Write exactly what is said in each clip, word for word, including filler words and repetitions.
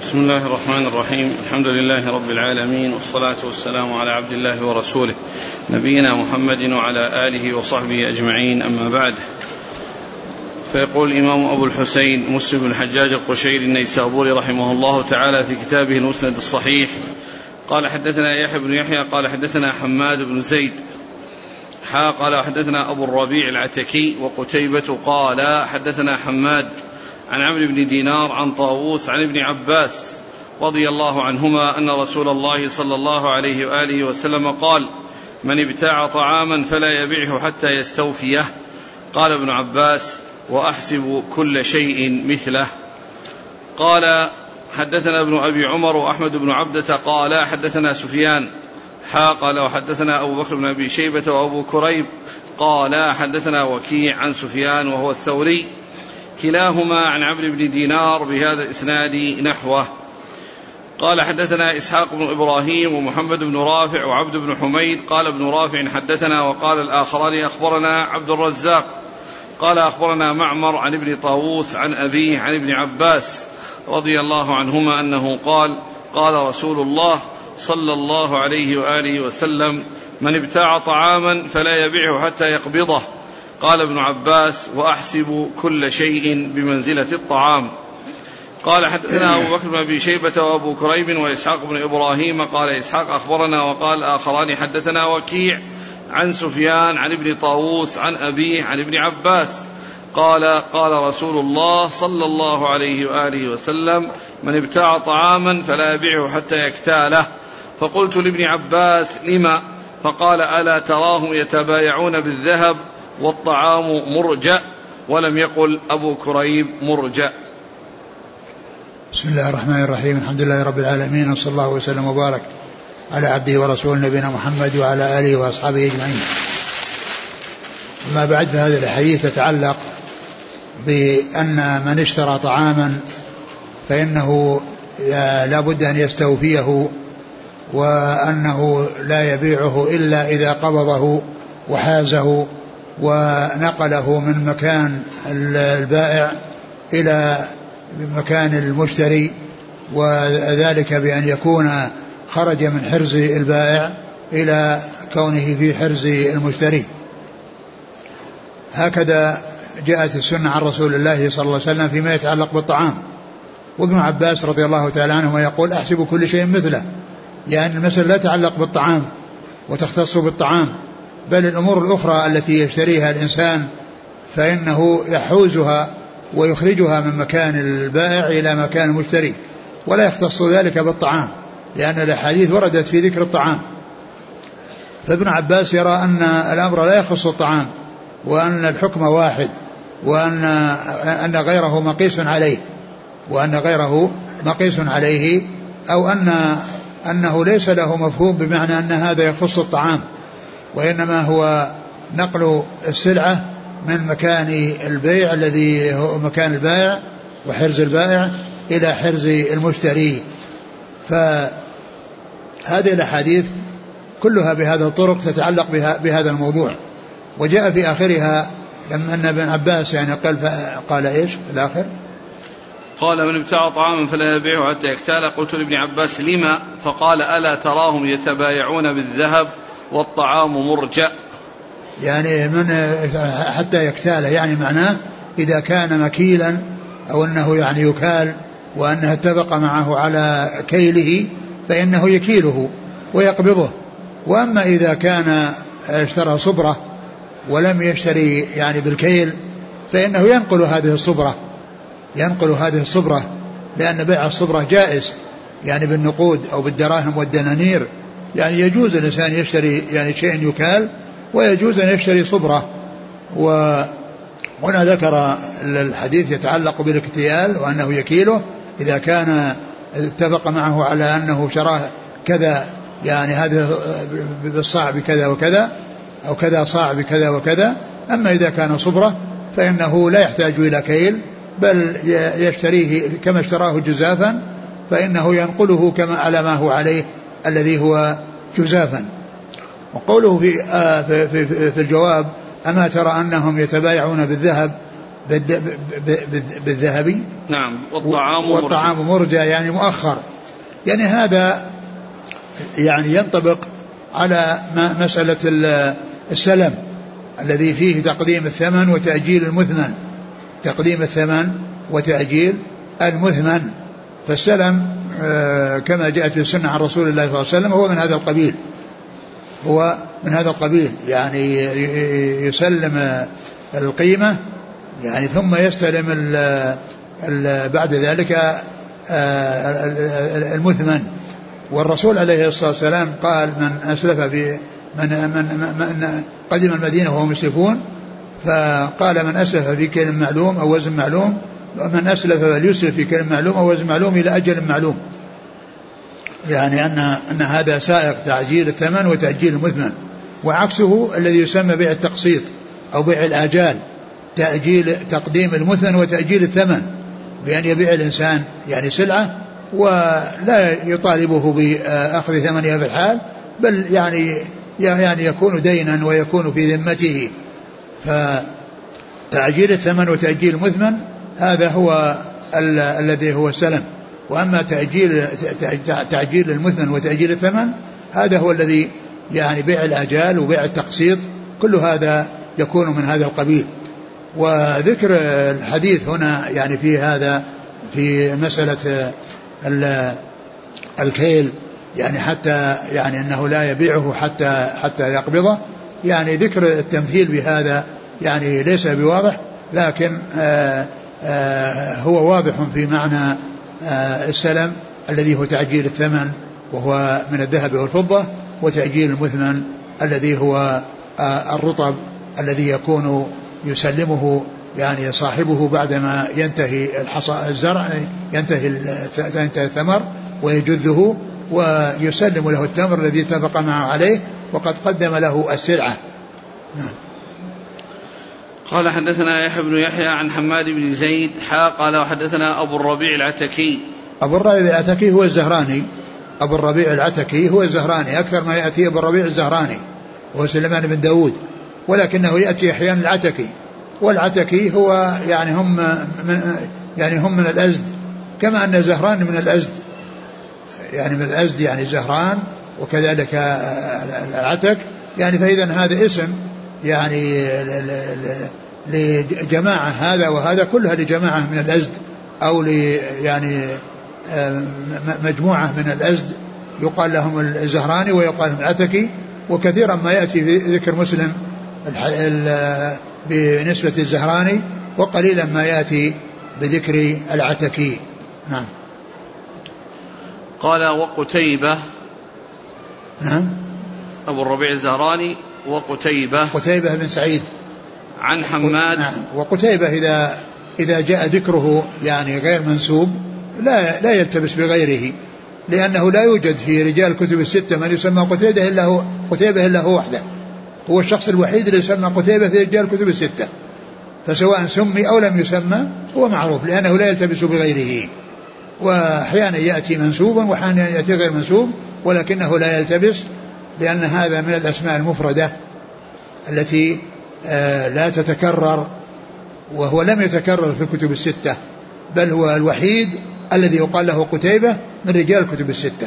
بسم الله الرحمن الرحيم. الحمد لله رب العالمين، والصلاة والسلام على عبد الله ورسوله نبينا محمد وعلى آله وصحبه أجمعين، أما بعد. فيقول الإمام أبو الحسين مسلم بن الحجاج القشيري النيسابوري رحمه الله تعالى في كتابه المسند الصحيح قال حدثنا يحيى بن يحيى قال حدثنا حماد بن زيد حا قال حدثنا أبو الربيع العتكي وقتيبة قال حدثنا حماد عن عمرو بن دينار عن طاووس عن ابن عباس رضي الله عنهما أن رسول الله صلى الله عليه وآله وسلم قال: من ابتاع طعاما فلا يبيعه حتى يستوفيه. قال ابن عباس: وأحسب كل شيء مثله. قال حدثنا ابن أبي عمر وأحمد بن عبدة قال حدثنا سفيان حا قال وحدثنا أبو بكر بن أبي شيبة وأبو كريب قال حدثنا وكيع عن سفيان وهو الثوري كلاهما عن عمرو بن دينار بهذا الإسناد نحوه. قال حدثنا إسحاق بن إبراهيم ومحمد بن رافع وعبد بن حميد قال ابن رافع حدثنا وقال الآخران أخبرنا عبد الرزاق قال أخبرنا معمر عن ابن طاووس عن أبيه عن ابن عباس رضي الله عنهما أنه قال: قال رسول الله صلى الله عليه وآله وسلم: من ابتاع طعاما فلا يبيعه حتى يقبضه. قال ابن عباس: وأحسب كل شيء بمنزلة الطعام. قال حدثنا أبو بكر بن أبي شيبة وأبو كريب وإسحاق بن إبراهيم قال إسحاق أخبرنا وقال آخران حدثنا وكيع عن سفيان عن ابن طاووس عن أبيه عن ابن عباس قال: قال رسول الله صلى الله عليه وآله وسلم: من ابتاع طعاما فلا يبيعه حتى يكتاله. فقلت لابن عباس: لما؟ فقال: ألا تراهم يتبايعون بالذهب والطعام مرجأ؟ ولم يقل أبو كريب مرجأ. بسم الله الرحمن الرحيم. الحمد لله رب العالمين، وصلى الله وسلم وبارك على عبده ورسوله نبينا محمد وعلى آله وأصحابه أجمعين. أما بعد، فهذه الحديث تتعلق بأن من اشترى طعاما فإنه لا بد أن يستوفيه، وأنه لا يبيعه إلا إذا قبضه وحازه ونقله من مكان البائع إلى مكان المشتري، وذلك بأن يكون خرج من حرز البائع إلى كونه في حرز المشتري. هكذا جاءت السنة عن رسول الله صلى الله عليه وسلم فيما يتعلق بالطعام. وابن عباس رضي الله تعالى عنه يقول: أحسب كل شيء مثله، يعني المسألة لا تتعلق بالطعام وتختص بالطعام، بل الأمور الأخرى التي يشتريها الإنسان فإنه يحوزها ويخرجها من مكان البائع إلى مكان المشتري، ولا يختص ذلك بالطعام، لأن الأحاديث وردت في ذكر الطعام. فابن عباس يرى أن الأمر لا يخص الطعام، وأن الحكم واحد، وأن أن غيره مقيس عليه وأن غيره مقيس عليه أو أن أنه ليس له مفهوم بمعنى أن هذا يخص الطعام، وإنما هو نقل السلعة من مكان البيع الذي هو مكان البائع وحرز البائع إلى حرز المشتري. فهذه الأحاديث كلها بهذا الطرق تتعلق بهذا الموضوع. وجاء في آخرها لما أن ابن عباس يعني قال, قال إيش في الآخر؟ قال: من ابتاع طعاما فلا يبيعه حتى يكتال. قلت لابن عباس: لما؟ فقال: ألا تراهم يتبايعون بالذهب والطعام مرجأ. يعني من حتى يكتال، يعني معناه إذا كان مكيلا أو أنه يعني يكال وأنه اتفق معه على كيله فإنه يكيله ويقبضه. وأما إذا كان اشترى صبرة ولم يشتري يعني بالكيل فإنه ينقل هذه الصبرة ينقل هذه الصبرة لأن بيع الصبرة جائز، يعني بالنقود أو بالدراهم والدنانير، يعني يجوز الإنسان يشتري يعني شيء يكال، ويجوز أن يشتري صبرة. وهنا ذكر الحديث يتعلق بالاكتيال وأنه يكيله إذا كان اتفق معه على أنه شراه كذا، يعني هذا بالصاع بكذا وكذا أو كذا صاع بكذا وكذا. أما إذا كان صبرة فإنه لا يحتاج إلى كيل، بل يشتريه كما اشتراه جزافا، فإنه ينقله كما على ما هو عليه الذي هو جزافا. وقوله في, آه في, في, في الجواب: أما ترى أنهم يتبايعون بالذهب بالذهب. نعم. والطعام والطعام مرجى يعني مؤخر. يعني هذا يعني ينطبق على مسألة السلم الذي فيه تقديم الثمن وتأجيل المثمن، تقديم الثمن وتأجيل المثمن. فالسلم كما جاءت في السنة عن رسول الله صلى الله عليه وسلم هو من هذا القبيل، هو من هذا القبيل، يعني يسلم القيمة يعني ثم يستلم ال ال بعد ذلك المثمن. والرسول عليه الصلاة والسلام قال من أسلف في من, من, من قدم المدينة وهم مسلفون، فقال من أسلف في كيل معلوم أو وزن معلوم، ومن أسلف فليسلف في كيل معلوم أو وزن معلوم إلى أجل معلوم. يعني أن, أن هذا سائق تعجيل الثمن وتأجيل المثمن. وعكسه الذي يسمى بيع التقسيط أو بيع الآجال، تأجيل تقديم المثمن وتأجيل الثمن، بأن يبيع الإنسان يعني سلعة ولا يطالبه بأخذ ثمنها في الحال، بل يعني يعني يكون دينا ويكون في ذمته. فتعجيل الثمن وتأجيل المثمن هذا هو الذي هو السلم. وأما تأجيل تعجيل المثمن وتأجيل الثمن هذا هو الذي يعني بيع الآجال وبيع التقسيط، كل هذا يكون من هذا القبيل. وذكر الحديث هنا يعني في هذا في مسألة الكيل، يعني حتى يعني أنه لا يبيعه حتى حتى يقبضه، يعني ذكر التمثيل بهذا يعني ليس بواضح، لكن آآ آآ هو واضح في معنى السلم الذي هو تعجيل الثمن وهو من الذهب والفضة، وتأجيل المثمن الذي هو الرطب الذي يكون يسلمه يعني صاحبه بعدما ينتهي الزرع، ينتهي ينتهي الثمر ويجذه ويسلم له التمر الذي اتفق معه عليه وقد قدم له السلعة. نعم. قال حدثنا يحيى بن يحيى عن حماد بن زيد حا قال وحدثنا أبو الربيع العتكي. أبو الربيع العتكي هو الزهراني، أبو الربيع العتكي هو الزهراني، أكثر ما يأتي أبو الربيع الزهراني وهو سليمان بن داود، ولكنه يأتي أحيانا العتكي. والعتكي هو يعني هم من يعني هم من الأزد، كما أن زهران من الأزد، يعني من الأزد يعني زهران، وكذلك العتك، يعني فإذا هذا اسم يعني لجماعة، هذا وهذا كلها لجماعة من الأزد أو يعني مجموعة من الأزد يقال لهم الزهراني ويقال لهم العتكي. وكثيرا ما يأتي في ذكر مسلم بنسبة الزهراني، وقليلا ما يأتي بذكر العتكي. نعم. قال وقتيبة. نعم. أبو الربيع الزهراني وقتيبة. قتيبة بن سعيد عن حماد. نعم. وقتيبة إذا إذا جاء ذكره يعني غير منسوب لا لا يلتبس بغيره، لأنه لا يوجد في رجال الكتب الستة من يسمى قتيبة إلا هو قتيبة إلا هو وحده، هو الشخص الوحيد اللي يسمى قتيبة في رجال الكتب الستة، فسواء سمي أو لم يسمى هو معروف لأنه لا يلتبس بغيره. وأحيانا يأتي منسوبا وأحيانا يأتي غير منسوب، ولكنه لا يلتبس لأن هذا من الأسماء المفردة التي لا تتكرر، وهو لم يتكرر في الكتب الستة، بل هو الوحيد الذي يقال له قتيبة من رجال الكتب الستة.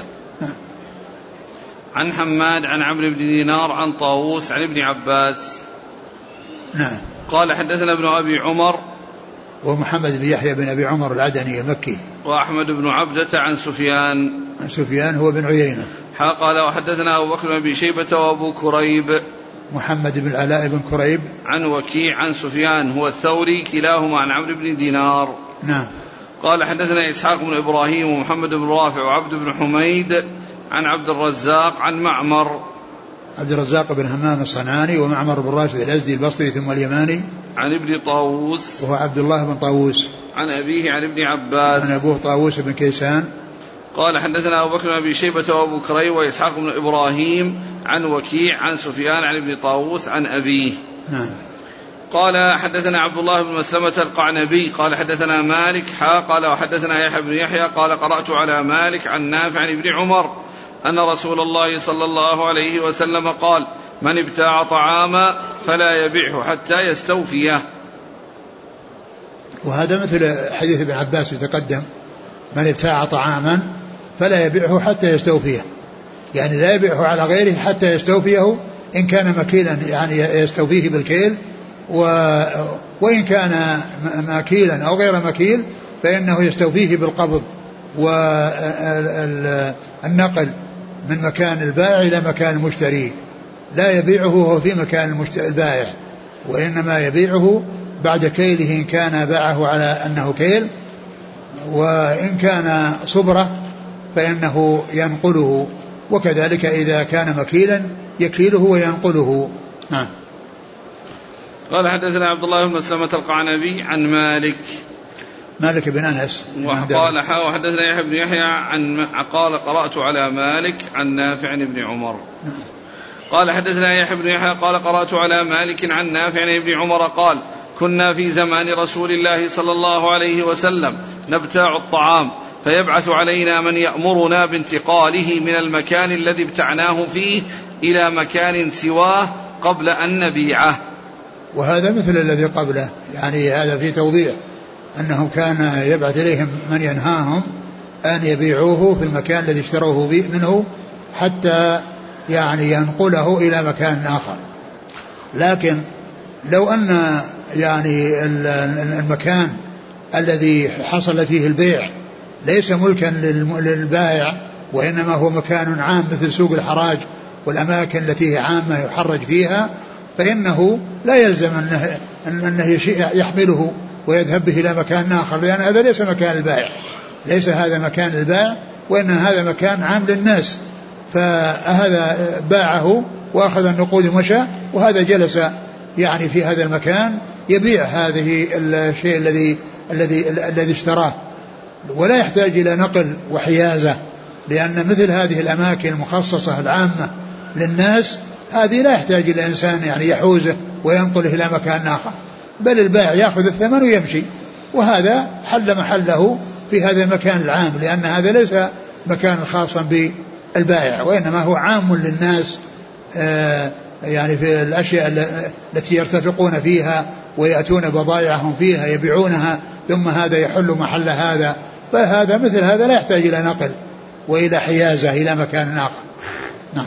عن حماد عن عمرو بن دينار عن طاووس عن ابن عباس. نعم. قال حدثنا ابن أبي عمر ومحمد بن يحيى بن أبي عمر العدني المكي، وأحمد بن عبدة عن سفيان. عن سفيان هو بن عيينة. قال وحدثنا أبو بكر بن أبي شيبة وأبو كريب محمد بن العلاء بن كريب عن وكيع عن سفيان هو الثوري كلاهما عن عمرو بن دينار. نعم. قال حدثنا إسحاق بن إبراهيم ومحمد بن رافع وعبد بن حميد عن عبد الرزاق عن معمر. عبد الرزاق بن همام الصنعاني ومعمر بن راشد الأزدي البصري ثم اليماني. عن ابن طاووس وهو عبد الله بن طاووس. عن أبيه عن ابن عباس. عن أبوه طاووس بن كيسان. قال حدثنا أبو بكر بن أبي شيبة وأبو كريب وإسحاق بن إبراهيم عن وكيع عن سفيان عن ابن طاووس عن أبيه. نعم. قال حدثنا عبد الله بن مسلمة القعنبي قال حدثنا مالك حا قال وحدثنا يحيى بن يحيى قال قرأت على مالك عن نافع عن ابن عمر أن رسول الله صلى الله عليه وسلم قال من ابتاع طعاما فلا يبيعه حتى يستوفيه. وهذا مثل حديث ابن عباس يتقدم: من ابتاع طعاما فلا يبيعه حتى يستوفيه، يعني لا يبيعه على غيره حتى يستوفيه، إن كان مكيلا يعني يستوفيه بالكيل، وإن كان مكيلا أو غير مكيل فإنه يستوفيه بالقبض والنقل من مكان البائع إلى مكان المشتري. لا يبيعه وهو في مكان البائع، وإنما يبيعه بعد كيله إن كان باعه على أنه كيل، وإن كان صبرة فإنه ينقله، وكذلك إذا كان مكيلا يكيله وينقله. نعم. قال حدثنا عبد الله بن مسلمة القعنبي عن مالك مالك بن أنس وقال حاو حدثنا يحيى بن يحيى عن قال قرأت على مالك عن نافع بن عمر. نعم. قال حدثنا يحيى بن يحيى قال قرأت على مالك عن نافع بن عمر قال كنا في زمان رسول الله صلى الله عليه وسلم نبتاع الطعام فيبعث علينا من يأمرنا بانتقاله من المكان الذي ابتعناه فيه إلى مكان سواه قبل أن نبيعه. وهذا مثل الذي قبله، يعني هذا في توضيح أنه كان يبعث إليهم من ينهاهم أن يبيعوه في المكان الذي اشتروه منه حتى يعني ينقله إلى مكان آخر. لكن لو أن يعني المكان الذي حصل فيه البيع ليس ملكا للبائع، وإنما هو مكان عام مثل سوق الحراج والأماكن التي هي عامة يحرج فيها، فإنه لا يلزم أنه, أنه يحمله ويذهب به إلى مكان آخر، لأن هذا ليس مكان البائع، ليس هذا مكان البائع، وإن هذا مكان عام للناس. فهذا باعه وأخذ النقود ومشى، وهذا جلس يعني في هذا المكان يبيع هذه الشيء الذي الذي الذي اشتراه، ولا يحتاج إلى نقل وحيازة، لأن مثل هذه الأماكن المخصصة العامة للناس هذه لا يحتاج إلى إنسان يعني يحوزه وينقله إلى مكان آخر، بل البائع يأخذ الثمن ويمشي، وهذا حل محله في هذا المكان العام، لأن هذا ليس مكان خاصا بالبائع، وإنما هو عام للناس، آه يعني في الأشياء التي يرتفقون فيها ويأتون بضائعهم فيها يبيعونها، ثم هذا يحل محل هذا، فهذا مثل هذا لا يحتاج إلى نقل وإلى حيازة إلى مكان آخر. نعم.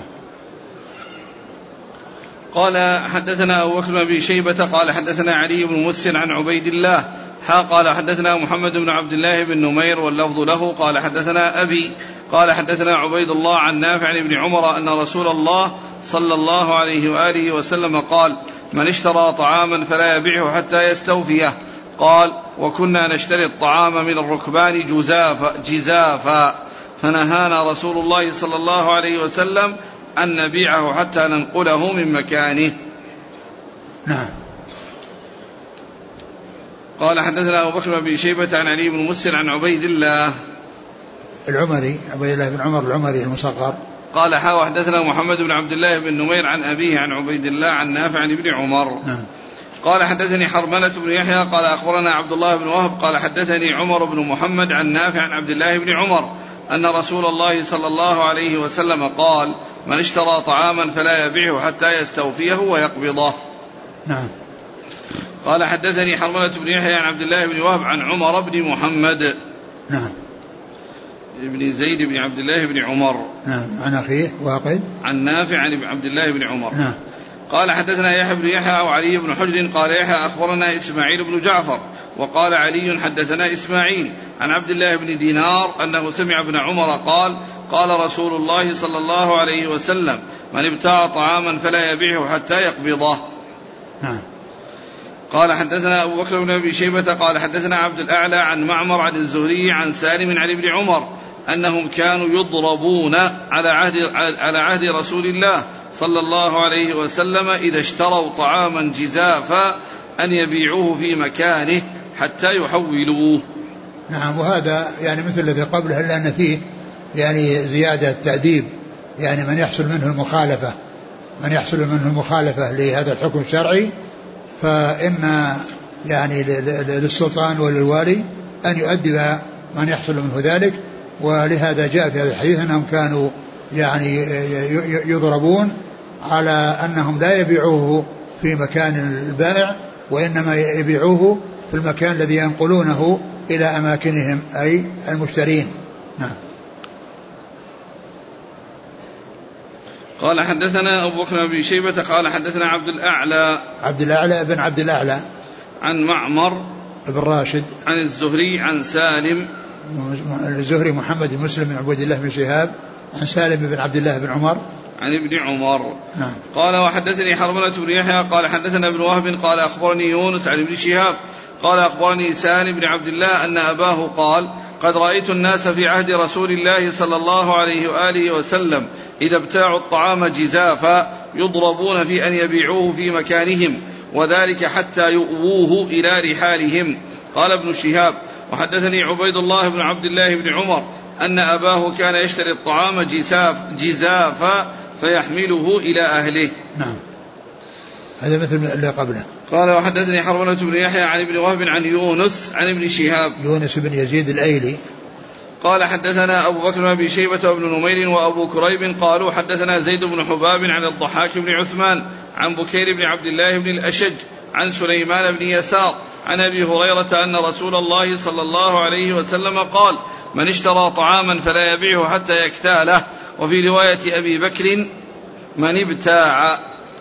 قال حدثنا أبو بكر بن أبي شيبة قال حدثنا علي بن مسهر عن عبيد الله حا قال حدثنا محمد بن عبد الله بن نمير واللفظ له قال حدثنا أبي قال حدثنا عبيد الله عن نافع بن عمر أن رسول الله صلى الله عليه وآله وسلم قال من اشترى طعاما فلا يبيعه حتى يستوفيه. قال وكنا نشتري الطعام من الركبان جزافا, جزافا فنهانا رسول الله صلى الله عليه وسلم أن نبيعه حتى ننقله من مكانه. نعم. قال حدثنا أبو بكر بن أبي شيبة عن علي بن مسهر عن عبيد الله العمري عبيد الله بن عمر العمري المصغر قال حا حدثنا محمد بن عبد الله بن نمير عن أبيه عن عبيد الله عن نافع عن ابن عمر. نعم. قال حدثني حرملة بن يحيى قال أخبرنا عبد الله بن وهب قال حدثني عمر بن محمد عن نافع عن عبد الله بن عمر أن رسول الله صلى الله عليه وسلم قال من اشترى طعاما فلا يبيعه حتى يستوفيه ويقبضه. نعم. قال حدثني حرملة بن يحيى عن عبد الله بن وهب عن عمر بن محمد نعم ابن زيد بن عبد الله بن عمر نعم عن أخيه واقد عن نافع عن عبد الله بن عمر. نعم. قال حدثنا يحيى بن يحيى وعلي بن حجر قال يحيى أخبرنا إسماعيل بن جعفر وقال علي حدثنا إسماعيل عن عبد الله بن دينار أنه سمع ابن عمر قال قال رسول الله صلى الله عليه وسلم من ابتاع طعاما فلا يبيعه حتى يقبضه. نعم. قال حدثنا أبو بكر بن أبي شيبة قال حدثنا عبد الأعلى عن معمر عن الزهري عن سالم عن ابن عمر أنهم كانوا يضربون على عهد, على عهد رسول الله صلى الله عليه وسلم إذا اشتروا طعاما جزافا أن يبيعوه في مكانه حتى يحولوه. نعم. وهذا يعني مثل الذي قبله إلا أن فيه يعني زيادة تأديب، يعني من يحصل منه المخالفة من يحصل منه المخالفة لهذا الحكم الشرعي فإن يعني للسلطان وللوالي أن يؤدب من يحصل منه ذلك. ولهذا جاء في هذا الحديث أنهم كانوا يعني يضربون على أنهم لا يبيعوه في مكان البائع، وإنما يبيعوه في المكان الذي ينقلونه إلى أماكنهم أي المشترين. نعم. قال حدثنا أبو بكر بن شيبة قال حدثنا عبد الأعلى عبد الأعلى بن عبد الأعلى عن معمر بن راشد عن الزهري عن سالم الزهري محمد بن مسلم بن عبد الله بن شهاب عن سالم بن عبد الله بن عمر عن ابن عمر. نعم. قال وحدثني حرملة بن يحيى قال حدثنا ابن وهب قال أخبرني يونس عن ابن شهاب قال أخبرني سالم بن عبد الله أن أباه قال قد رأيت الناس في عهد رسول الله صلى الله عليه وآله وسلم إذا ابتاعوا الطعام جزافا يضربون في أن يبيعوه في مكانهم وذلك حتى يؤووه إلى رحالهم. قال ابن شهاب وحدثني عبيد الله بن عبد الله بن عمر أن أباه كان يشتري الطعام جزاف جزافا فيحمله إلى أهله. نعم. هذا مثل اللي قبله. قال وحدثني حرملة بن يحيى عن ابن وهب عن يونس عن ابن شهاب يونس بن يزيد الأيلي قال حدثنا أبو بكر بن أبي شيبة وابن نمير وأبو كريب قالوا حدثنا زيد بن حباب عن الضحاك بن عثمان عن بكير بن عبد الله بن الأشج عن سليمان بن يسار عن أبي هريرة أن رسول الله صلى الله عليه وسلم قال من اشترى طعاما فلا يبيعه حتى يكتاله. وفي رواية أبي بكر من ابتاع.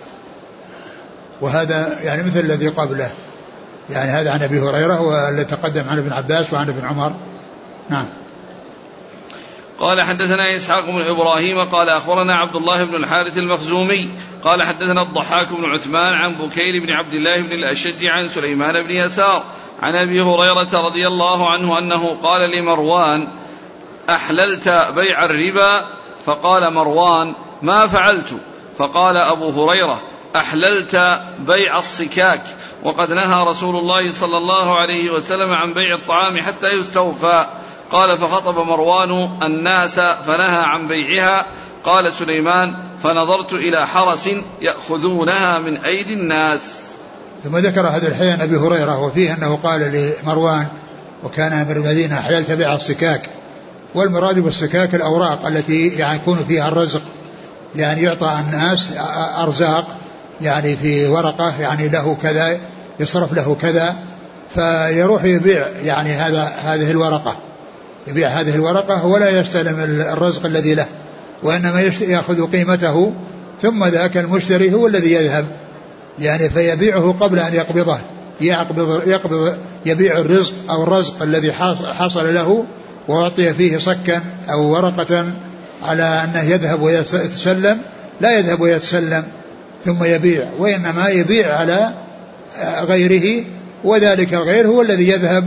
وهذا يعني مثل الذي قبله يعني هذا عن أبي هريرة والذي تقدم عن ابن عباس وعن ابن عمر. نعم. قال حدثنا إسحاق بن إبراهيم قال أخبرنا عبد الله بن الحارث المخزومي قال حدثنا الضحاك بن عثمان عن بكير بن عبد الله بن الأشج عن سليمان بن يسار عن أبي هريرة رضي الله عنه أنه قال لمروان أحللت بيع الربا؟ فقال مروان ما فعلت. فقال أبو هريرة أحللت بيع الصكاك وقد نهى رسول الله صلى الله عليه وسلم عن بيع الطعام حتى يستوفى. قال فخطب مروان الناس فنهى عن بيعها. قال سليمان فنظرت إلى حرس يأخذونها من أيدي الناس. ثم ذكر هذا الحديث عن أبي هريرة وفيه أنه قال لمروان وكان أمر المدينة أحللت بيع الصكاك. والمراد بالصكاك الأوراق التي يعني يكون فيها الرزق يعني يعطى الناس أرزاق يعني في ورقة يعني له كذا يصرف له كذا فيروح يبيع يعني هذا هذه الورقة يبيع هذه الورقة ولا يستلم الرزق الذي له وإنما يأخذ قيمته ثم ذاك المشتري هو الذي يذهب يعني فيبيعه قبل أن يقبضه يقبض, يقبض يبيع الرزق أو الرزق الذي حصل له وأعطي فيه صكا أو ورقة على أنه يذهب ويتسلم لا يذهب ويتسلم ثم يبيع وإنما يبيع على غيره وذلك الغير هو الذي يذهب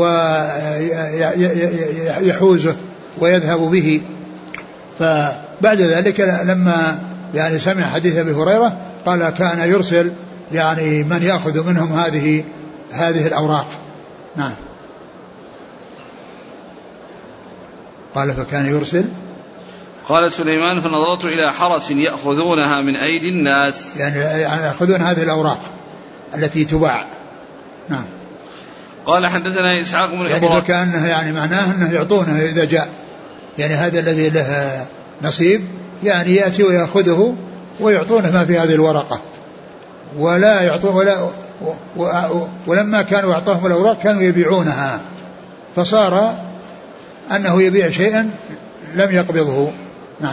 ويحوزه ويذهب به. فبعد ذلك لما يعني سمع حديث أبي هريرة قال كان يرسل يعني من يأخذ منهم هذه هذه الأوراق. نعم. قال فكان يرسل. قال سليمان فنظرت إلى حرس يأخذونها من أيدي الناس يعني يأخذون هذه الأوراق التي تباع. نعم. قال حدثنا إسحاق بن إبراهيم يعني فكأنه يعني معناه أنه يعطونه إذا جاء يعني هذا الذي له نصيب يعني يأتي ويأخذه ويعطونه ما في هذه الورقة ولا يعطون ولا ولما كانوا يعطوهم الأوراق كانوا يبيعونها فصار أنه يبيع شيئا لم يقبضه. نعم.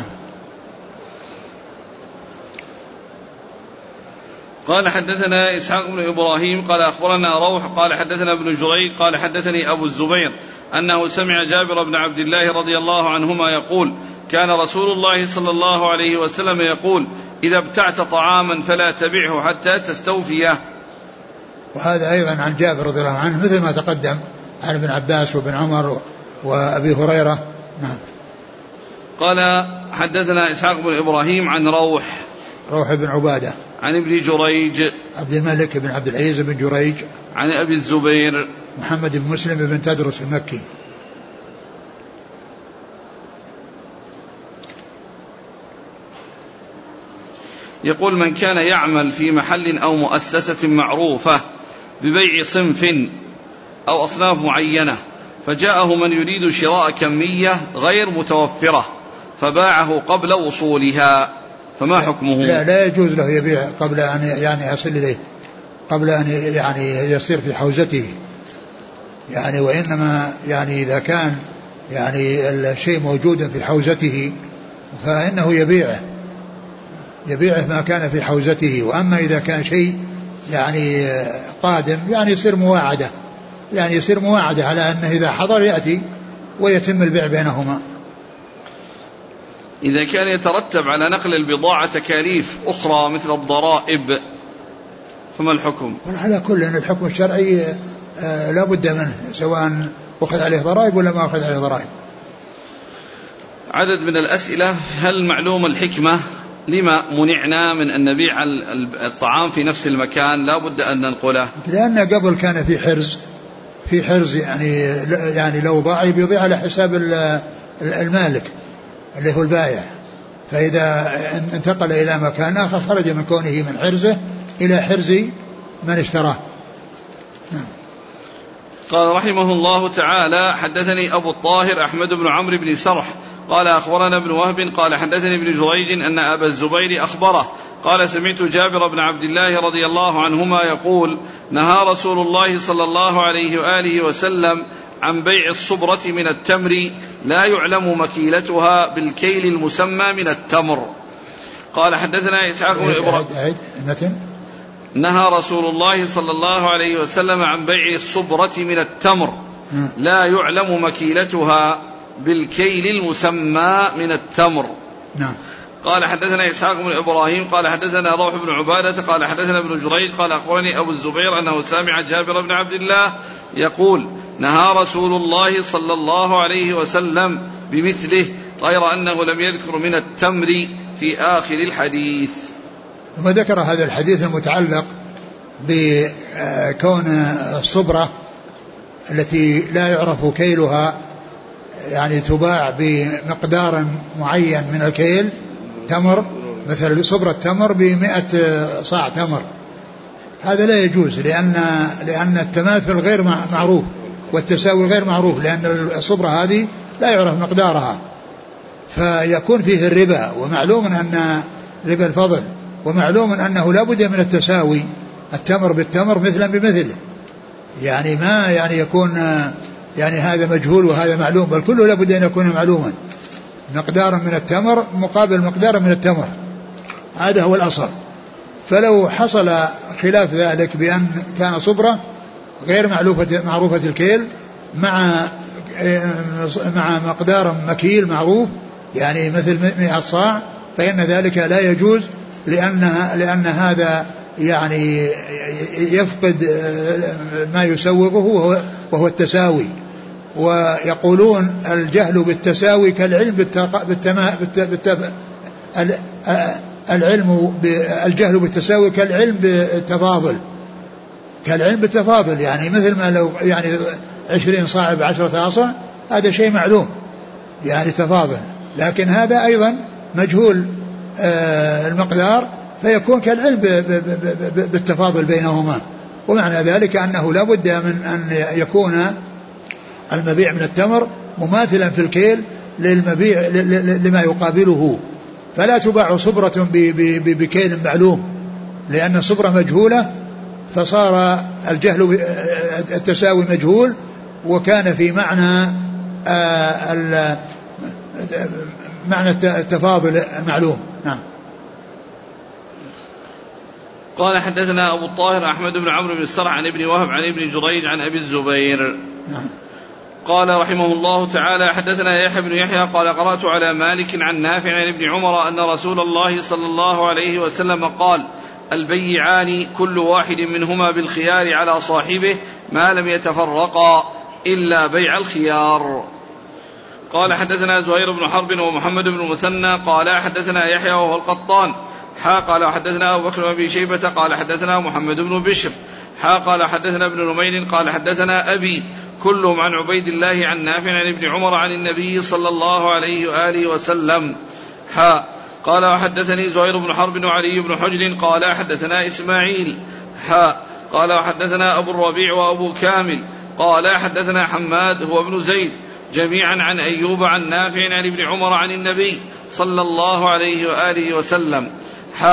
قال حدثنا إسحاق بن إبراهيم قال أخبرنا روح قال حدثنا ابن جريج قال حدثني أبو الزبير أنه سمع جابر بن عبد الله رضي الله عنهما يقول كان رسول الله صلى الله عليه وسلم يقول إذا ابتعت طعاما فلا تبعه حتى تستوفيه. وهذا أيضا عن جابر رضي الله عنه مثل ما تقدم عن ابن عباس وابن عمر وأبي هريرة. نعم. قال حدثنا إسحاق بن إبراهيم عن روح روح بن عبادة عن ابن جريج عبد الملك بن عبد العزيز بن جريج عن أبي الزبير محمد بن مسلم بن تدرس المكي. يقول من كان يعمل في محل أو مؤسسة معروفة ببيع صنف أو أصناف معينة فجاءه من يريد شراء كمية غير متوفرة فباعه قبل وصولها فما حكمه؟ لا لا يجوز له يبيع قبل أن يعني يصل إليه قبل أن يعني يصير في حوزته يعني، وإنما يعني إذا كان يعني الشيء موجودا في حوزته فإنه يبيعه يبيعه ما كان في حوزته. وأما إذا كان شيء يعني قادم يعني يصير مواعدة يعني يصير مواعدة على أنه إذا حضر يأتي ويتم البيع بينهما. إذا كان يترتب على نقل البضاعة تكاليف أخرى مثل الضرائب فما الحكم؟ على كل أن الحكم الشرعي لا بد منه سواء أخذ عليه ضرائب ولا ما أخذ عليه ضرائب. عدد من الأسئلة: هل معلوم الحكمة لما منعنا من أن نبيع الطعام في نفس المكان لا بد أن ننقله؟ لأن قبل كان في حرز في حرز يعني يعني لو ضاع بيضيع على حساب المالك اللي هو البائع، فإذا انتقل إلى مكان آخر خرج من كونه من حرزه إلى حرز من اشتراه. قال رحمه الله تعالى: حدثني أبو الطاهر أحمد بن عمرو بن سرح قال أخبرنا ابن وهب قال حدثني ابن جريج أن أبا الزبير أخبره قال: سمعت جابر بن عبد الله رضي الله عنهما يقول: نهى رسول الله صلى الله عليه وآله وسلم عن بيع الصبرة من التمر لا يعلم مكيلتها بالكيل المسمى من التمر. قال حدثنا إسحاق بن إبراهيم نهى رسول الله صلى الله عليه وسلم عن بيع الصبرة من التمر لا يعلم مكيلتها بالكيل المسمى من التمر. نعم. قال حدثنا إسحاق بن إبراهيم قال حدثنا روح بن عبادة قال حدثنا ابن جريج قال أخبرني أبو الزبير أنه سامع جابر بن عبد الله يقول: نهى رسول الله صلى الله عليه وسلم بمثله غير أنه لم يذكر من التمر في آخر الحديث. ثم ذكر هذا الحديث المتعلق بكون الصبرة التي لا يعرف كيلها يعني تباع بمقدار معين من الكيل تمر، مثل صبرة تمر بمئة صاع تمر، هذا لا يجوز لأن لأن التماثل غير معروف والتساوي غير معروف، لأن الصبرة هذه لا يعرف مقدارها فيكون فيه الربا، ومعلوم أن ربا الفضل، ومعلوم أنه لا بد من التساوي، التمر بالتمر مثلا بمثل، يعني ما يعني يكون يعني هذا مجهول وهذا معلوم، بل كله لا بد أن يكون معلوما، مقدار من التمر مقابل مقدار من التمر، هذا هو الأصل. فلو حصل خلاف ذلك بأن كان صبرة غير معروفة معروفة الكيل مع مع مقدار مكيل معروف يعني مثل مئة صاع، فإن ذلك لا يجوز، لأن لأن هذا يعني يفقد ما يسوغه وهو, وهو التساوي. ويقولون الجهل بالتساوي كالعلم بالتما بالتما العلم الجهل بالتساوي كالعلم بالتفاضل كالعلم بالتفاضل يعني مثل ما لو يعني عشرين صاع بعشرة أصاع هذا شيء معلوم يعني تفاضل، لكن هذا أيضا مجهول المقدار فيكون كالعلم بالتفاضل بينهما. ومعنى ذلك أنه لا بد من أن يكون المبيع من التمر مماثلا في الكيل للمبيع لما يقابله، فلا تباع صبرة بكيل معلوم، لأن الصبرة مجهولة فصار الجهل التساوي مجهول، وكان في معنى معنى التفاضل معلوم. نعم. قال حدثنا أبو الطاهر أحمد بن عمرو بن السرح عن ابن وهب عن ابن جريج عن أبي الزبير. نعم. قال رحمه الله تعالى حدثنا يحيى بن يحيى قال قرأت على مالك عن نافع عن ابن عمر أن رسول الله صلى الله عليه وسلم قال: البيعان كل واحد منهما بالخيار على صاحبه ما لم يتفرقا إلا بيع الخيار. قال حدثنا زهير بن حرب ومحمد بن المثنى قال حدثنا يحيى وهو القطان حا قال حدثنا أبو بكر بن أبي شيبة قال حدثنا محمد بن بشر حا قال حدثنا ابن نمير قال حدثنا أبي كلهم عن عبيد الله عن نافع عن ابن عمر عن النبي صلى الله عليه وآله وسلم حا قال وحدثني زهير بن حرب وعلي بن حجر قال حدثنا إسماعيل حا قال وحدثنا أبو الربيع وأبو كامل قال حدثنا حماد هو ابن زيد جميعا عن أيوب عن نافع عن ابن عمر عن النبي صلى الله عليه وآله وسلم حا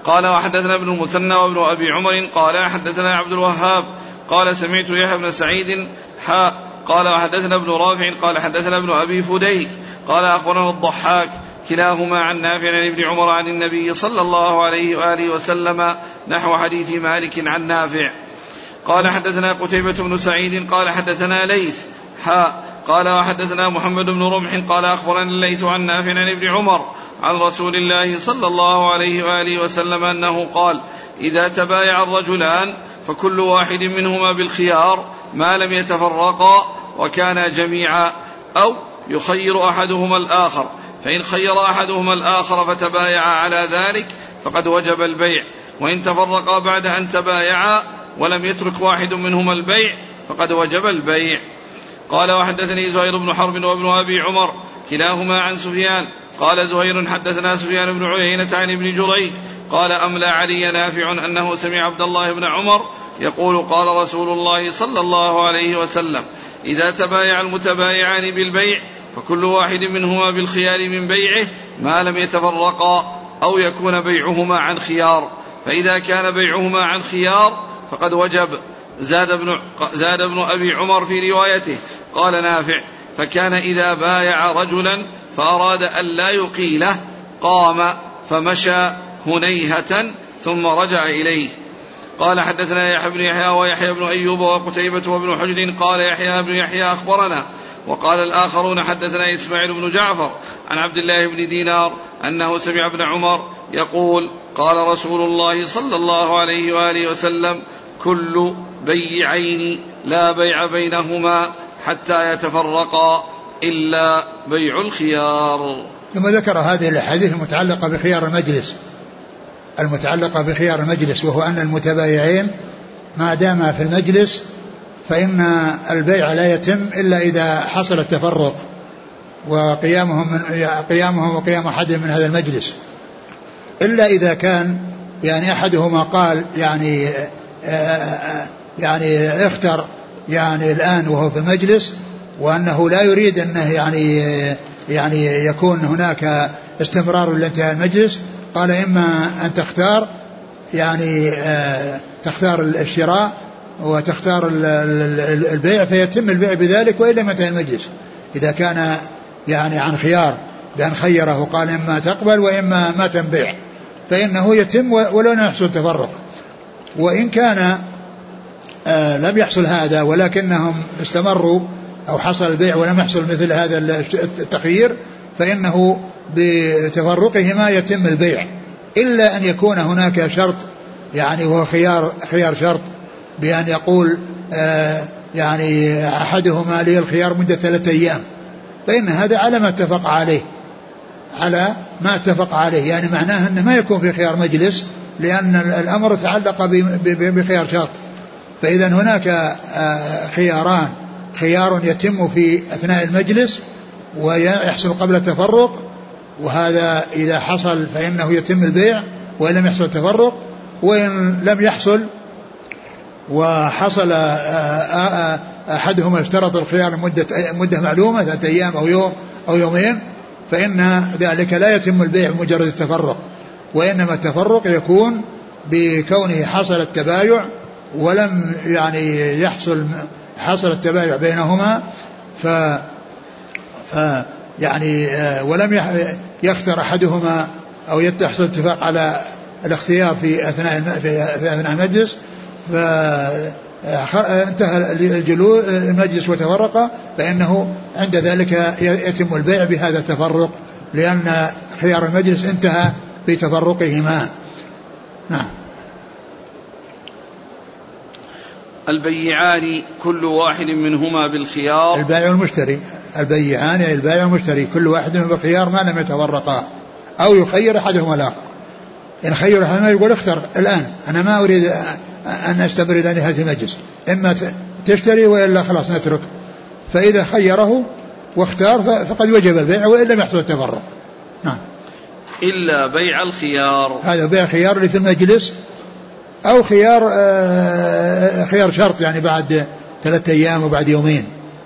قال وحدثنا ابن المثنى وابن أبي عمر قال حدثنا عبد الوهاب قال سمعت يحيى بن سعيد حاء قال وحدثنا ابن رافع قال حدثنا ابن أبي فديك قال أخبرنا الضحاك كلاهما عن نافع عن ابن عمر عن النبي صلى الله عليه وآله وسلم نحو حديث مالك عن نافع. قال حدثنا قتيبة بن سعيد قال حدثنا ليث حاء قال وحدثنا محمد بن رمح قال أخبرنا الليث عن نافع عن ابن عمر عن رسول الله صلى الله عليه وآله وسلم أنه قال إذا تبايع الرجلان فكل واحد منهما بالخيار ما لم يتفرقا وكانا جميعا أو يخير أحدهما الآخر، فإن خير أحدهما الآخر فتبايع على ذلك فقد وجب البيع، وإن تفرقا بعد أن تبايعا ولم يترك واحد منهما البيع فقد وجب البيع. قال وحدثني زهير بن حرب وابن أبي عمر كلاهما عن سفيان قال زهير حدثنا سفيان بن عيينة عن ابن جريج قال أملى علي نافع أنه سمع عبد الله بن عمر يقول قال رسول الله صلى الله عليه وسلم إذا تبايع المتبايعان بالبيع فكل واحد منهما بالخيار من بيعه ما لم يتفرقا أو يكون بيعهما عن خيار، فإذا كان بيعهما عن خيار فقد وجب. زاد ابن, زاد ابن أبي عمر في روايته قال نافع فكان إذا بايع رجلا فأراد أن لا يقيله قام فمشى هنيهة ثم رجع إليه. قال حدثنا يحيى بن يحيى ويحيى بن أيوب وقتيبة وابن حجر قال يحيى بن يحيى أخبرنا، وقال الآخرون حدثنا إسماعيل بن جعفر عن عبد الله بن دينار أنه سمع ابن عمر يقول قال رسول الله صلى الله عليه وآله وسلم كل بيعين لا بيع بينهما حتى يتفرقا إلا بيع الخيار. ثم ذكر هذه الأحاديث المتعلقة بخيار المجلس المتعلقة بخيار المجلس وهو أن المتبايعين ما دام في المجلس فإن البيع لا يتم إلا إذا حصل التفرق وقيامهم من قيامهم وقيام أحد من هذا المجلس، إلا إذا كان يعني أحدهما قال يعني يعني اختر يعني الآن وهو في المجلس وأنه لا يريد أنه يعني يعني يكون هناك استمرار لانتهاء المجلس، قال إما أن تختار يعني تختار الشراء وتختار البيع فيتم البيع بذلك وإلا ما انتهى المجلس. إذا كان يعني عن خيار بأن خيره قال إما تقبل وإما ما تنبيع فإنه يتم ولو لم يحصل تفرق. وإن كان آه لم يحصل هذا ولكنهم استمروا أو حصل البيع ولم يحصل مثل هذا التخيير فإنه بتفرقهما يتم البيع، إلا أن يكون هناك شرط يعني وهو خيار خيار شرط بأن يقول آه يعني أحدهما لي الخيار مدة ثلاثة أيام، فإن هذا على ما اتفق عليه على ما اتفق عليه يعني معناه أنه ما يكون في خيار مجلس لأن الأمر تعلق بخيار شرط. فإذا هناك خياران، خيار يتم في أثناء المجلس ويحصل قبل التفرق، وهذا إذا حصل فإنه يتم البيع وإن لم يحصل التفرق، وإن لم يحصل وحصل أحدهما اشترط الخيار مدة, مدة معلومة ثلاثة أيام أو يوم أو يومين فإن ذلك لا يتم البيع بمجرد التفرق، وإنما التفرق يكون بكونه حصل التبايع ولم يعني يحصل حصل التبايع بينهما ف, ف يعني ولم يختار أحدهما أو يحصل اتفاق على الاختيار في أثناء في أثناء المجلس فانتهى الجلوس المجلس وتفرق، فإنه عند ذلك يتم البيع بهذا التفرق لأن خيار المجلس انتهى بتفرقهما. نعم. البيعان كل واحد منهما بالخيار، البائع والمشتري، البيعان البائع والمشتري كل واحد منهما بالخيار ما لم يتفرقا أو يخير أحدهما الآخر. إن خير أحدهما يقول اختر الآن أنا ما أريد أن أستمر إلى نهاية المجلس، إما تشتري وإلا خلاص نترك، فإذا خيره واختار فقد وجب البيع وإلا لم يحصل التفرق. نعم. إلا بيع الخيار، هذا بيع خيار اللي في المجلس أو خيار آه خيار شرط يعني بعد ثلاثة أيام وبعد يومين،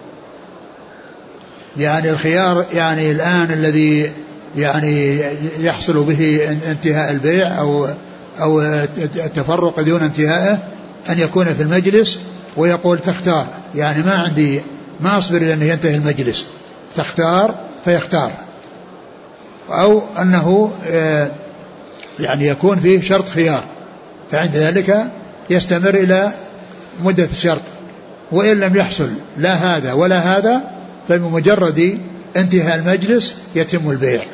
يعني الخيار يعني الآن الذي يعني يحصل به انتهاء البيع أو أو التفرق دون انتهائه أن يكون في المجلس ويقول تختار، يعني ما عندي ما أصبر إلى أن ينتهي المجلس، تختار فيختار. أو أنه يعني يكون فيه شرط خيار، فعند ذلك يستمر إلى مدة الشرط، وإن لم يحصل لا هذا ولا هذا فبمجرد انتهاء المجلس يتم البيع.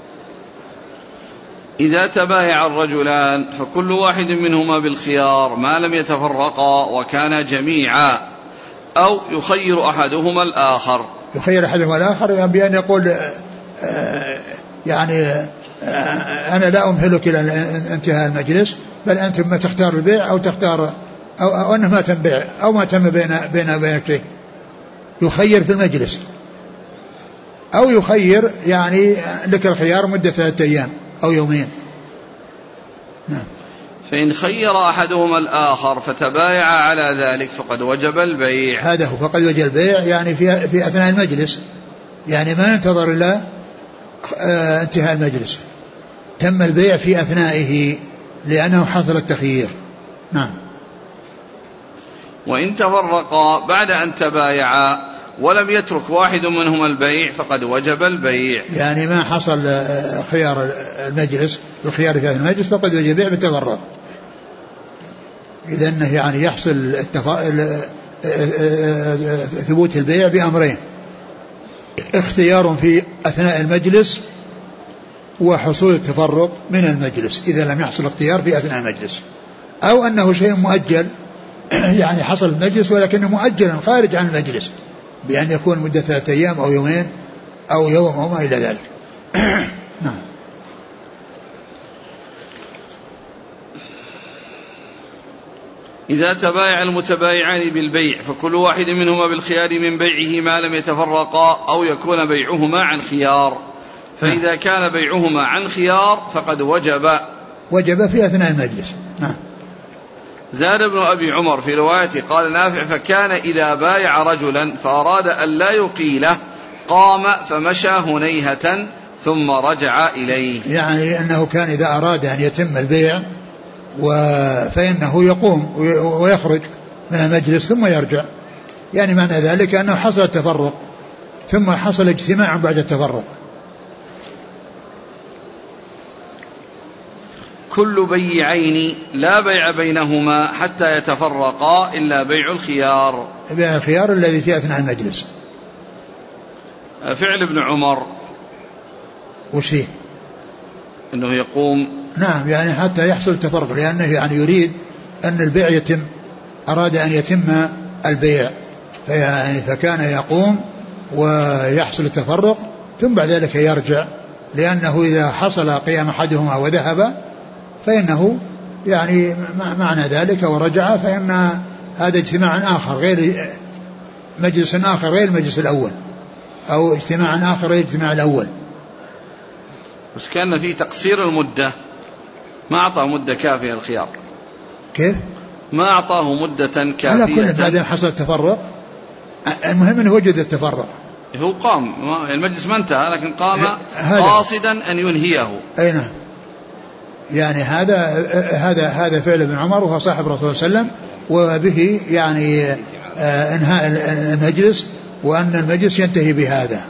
إذا تبايع الرجلان فكل واحد منهما بالخيار ما لم يتفرقا وكان جميعا، أو يخير أحدهما الآخر. يخير أحدهما الآخر بأن يقول يعني أنا لا أمهلك إلى انتهاء المجلس، بل أنت ما تختار البيع أو تختار أو, أو أنه ما تم بيع أو ما تم بين بين بينك شيء. يخير في المجلس، أو يخير يعني لك الخيار مدة ثلاثة أيام أو يومين. نعم. فإن خير أحدهما الآخر فتبايع على ذلك فقد وجب البيع. هذا هو، فقد وجب البيع يعني في في أثناء المجلس، يعني ما ينتظر إلى آه انتهاء المجلس، تم البيع في أثنائه لأنه حصل التخيير. نعم. وإن تفرقا بعد أن تبايعا ولم يترك واحد منهما البيع فقد وجب البيع، يعني ما حصل خيار المجلس الخيار في المجلس فقد وجب البيع بالتفرق. إذا أنه يعني يحصل التف... ثبوت البيع بأمرين: اختيار في أثناء المجلس، وحصول التفرق من المجلس إذا لم يحصل اختيار في أثناء المجلس، أو أنه شيء مؤجل يعني حصل المجلس ولكنه مؤجلا خارج عن المجلس بأن يكون مدة ثلاثة أيام أو يومين أو يوم أو ما إلى ذلك. نعم. إذا تبايع المتبايعان بالبيع فكل واحد منهما بالخيار من بيعه ما لم يتفرقا أو يكون بيعهما عن خيار، فإذا كان بيعهما عن خيار فقد وجب وجب في أثناء المجلس. نعم. زاد ابن أبي عمر في روايته قال نافع: فكان إذا بايع رجلا فأراد أن لا يقيله قام فمشى هنيهة ثم رجع إليه. يعني أنه كان إذا أراد أن يتم البيع فإنه يقوم ويخرج من المجلس ثم يرجع، يعني معنى ذلك أنه حصل التفرق ثم حصل اجتماع بعد التفرق. كل بيعين لا بيع بينهما حتى يتفرقا إلا بيع الخيار. بيع الخيار الذي في أثناء المجلس. فعل ابن عمر وش هي؟ أنه يقوم. نعم، يعني حتى يحصل التفرق، لأنه يعني يريد أن البيع يتم، أراد أن يتم البيع فيعني فكان يقوم ويحصل التفرق ثم بعد ذلك يرجع، لأنه إذا حصل قيام أحدهما وذهب فإنه يعني معنى ذلك ورجع فإن هذا اجتماع آخر غير مجلس آخر غير المجلس الأول، أو اجتماع آخر غير الاجتماع الأول. بس كان في تقصير المدة، ما أعطاه مدة كافية الخيار. كيف؟ ما أعطاه مدة كافية. على كل بعدين حصل التفرق، المهم أنه وجد التفرق. هو قام، المجلس ما انتهى لكن قام قاصدا أن ينهيه. أي نعم. يعني هذا هذا هذا فعل ابن عمر وهو صاحب الرسول صلى الله عليه وسلم، وبه يعني انهاء المجلس وأن المجلس ينتهي بهذا.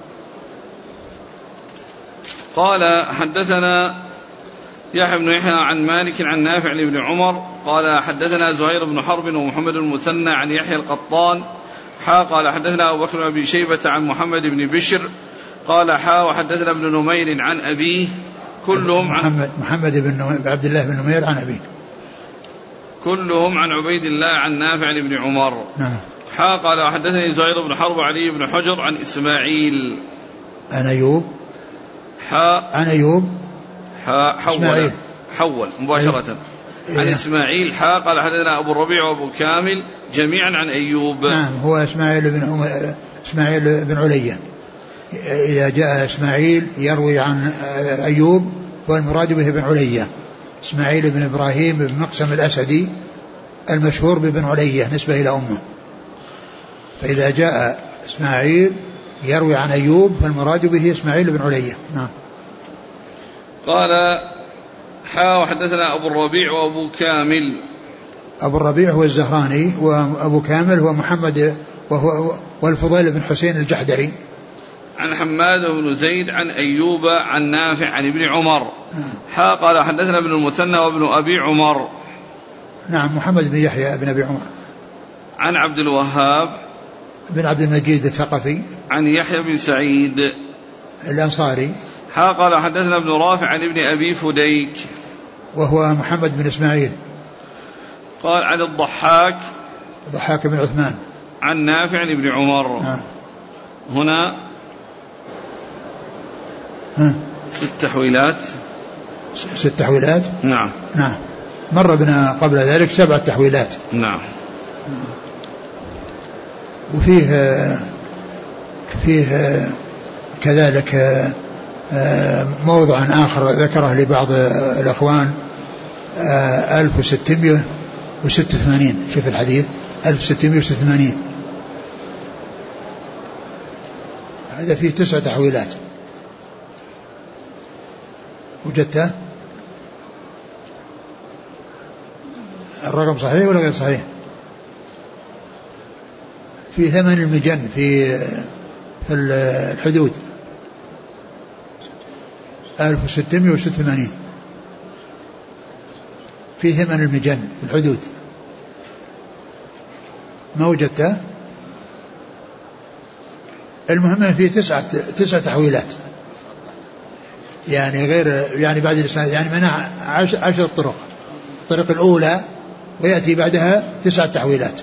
قال حدثنا يحيى بن يحيى عن مالك عن نافع لابن عمر قال حدثنا زهير بن حرب ومحمد المثنى عن يحيى القطان حا قال حدثنا أبو بكر بن أبي شيبة عن محمد بن بشر قال حا وحدثنا ابن نمير عن أبيه كلهم محمد, محمد بن عبد الله بن نمير عن أبيه كلهم عن عبيد الله عن نافع لابن عمر. نعم. حا قال حدثني زهير بن حرب علي بن حجر عن إسماعيل عن أيوب حا عن أيوب حا حول حول مباشرة أيوب. عن إسماعيل حا قال حدثنا أبو الربيع وأبو كامل جميعا عن أيوب. نعم، هو إسماعيل بن إسماعيل بن عليا. إذا جاء إسماعيل يروي عن أيوب والمراد به بن عليا، إسماعيل بن إبراهيم بن مقسم الأسدي المشهور ببن عليا نسبة إلى أمه. فإذا جاء إسماعيل يروي عن أيوب فالمراد به إسماعيل بن عليا. نعم. قال حا وحدثنا أبو الربيع وأبو كامل. أبو الربيع هو الزهراني، وأبو كامل هو محمد وهو والفضيل بن حسين الجحدري. عن حماد بن زيد عن أيوب عن نافع عن ابن عمر. حا قال حدثنا ابن المثنى وابن أبي عمر. نعم محمد بن يحيى بن أبي عمر. عن عبد الوهاب بن عبد المجيد الثقفي. عن يحيى بن سعيد الأنصاري. حا قال حدثنا ابن رافع عن ابن أبي فديك وهو محمد بن إسماعيل. قال عن الضحاك الضحاك بن عثمان عن نافع عن ابن عمر. آه. هنا ها. ست تحويلات. ست تحويلات. نعم. نعم مر بنا قبل ذلك سبع تحويلات. نعم. وفيه فيه كذلك موضع آخر ذكره لبعض الأخوان ألف وستمائة وستة وثمانين. شوف الحديث ألف وستمائة وستة وثمانين هذا فيه تسع تحويلات. وجدته الرقم صحيح ولا غير صحيح؟ في ثمن المجن في في الحدود ألف وستمائة وستة وثمانين في ثمن المجن في الحدود. ما وجدته؟ المهم في تسعة تسع تحويلات يعني غير يعني بعد الإسناد يعني منع عشر, عشر طرق. الطريق الأولى ويأتي بعدها تسع تحويلات.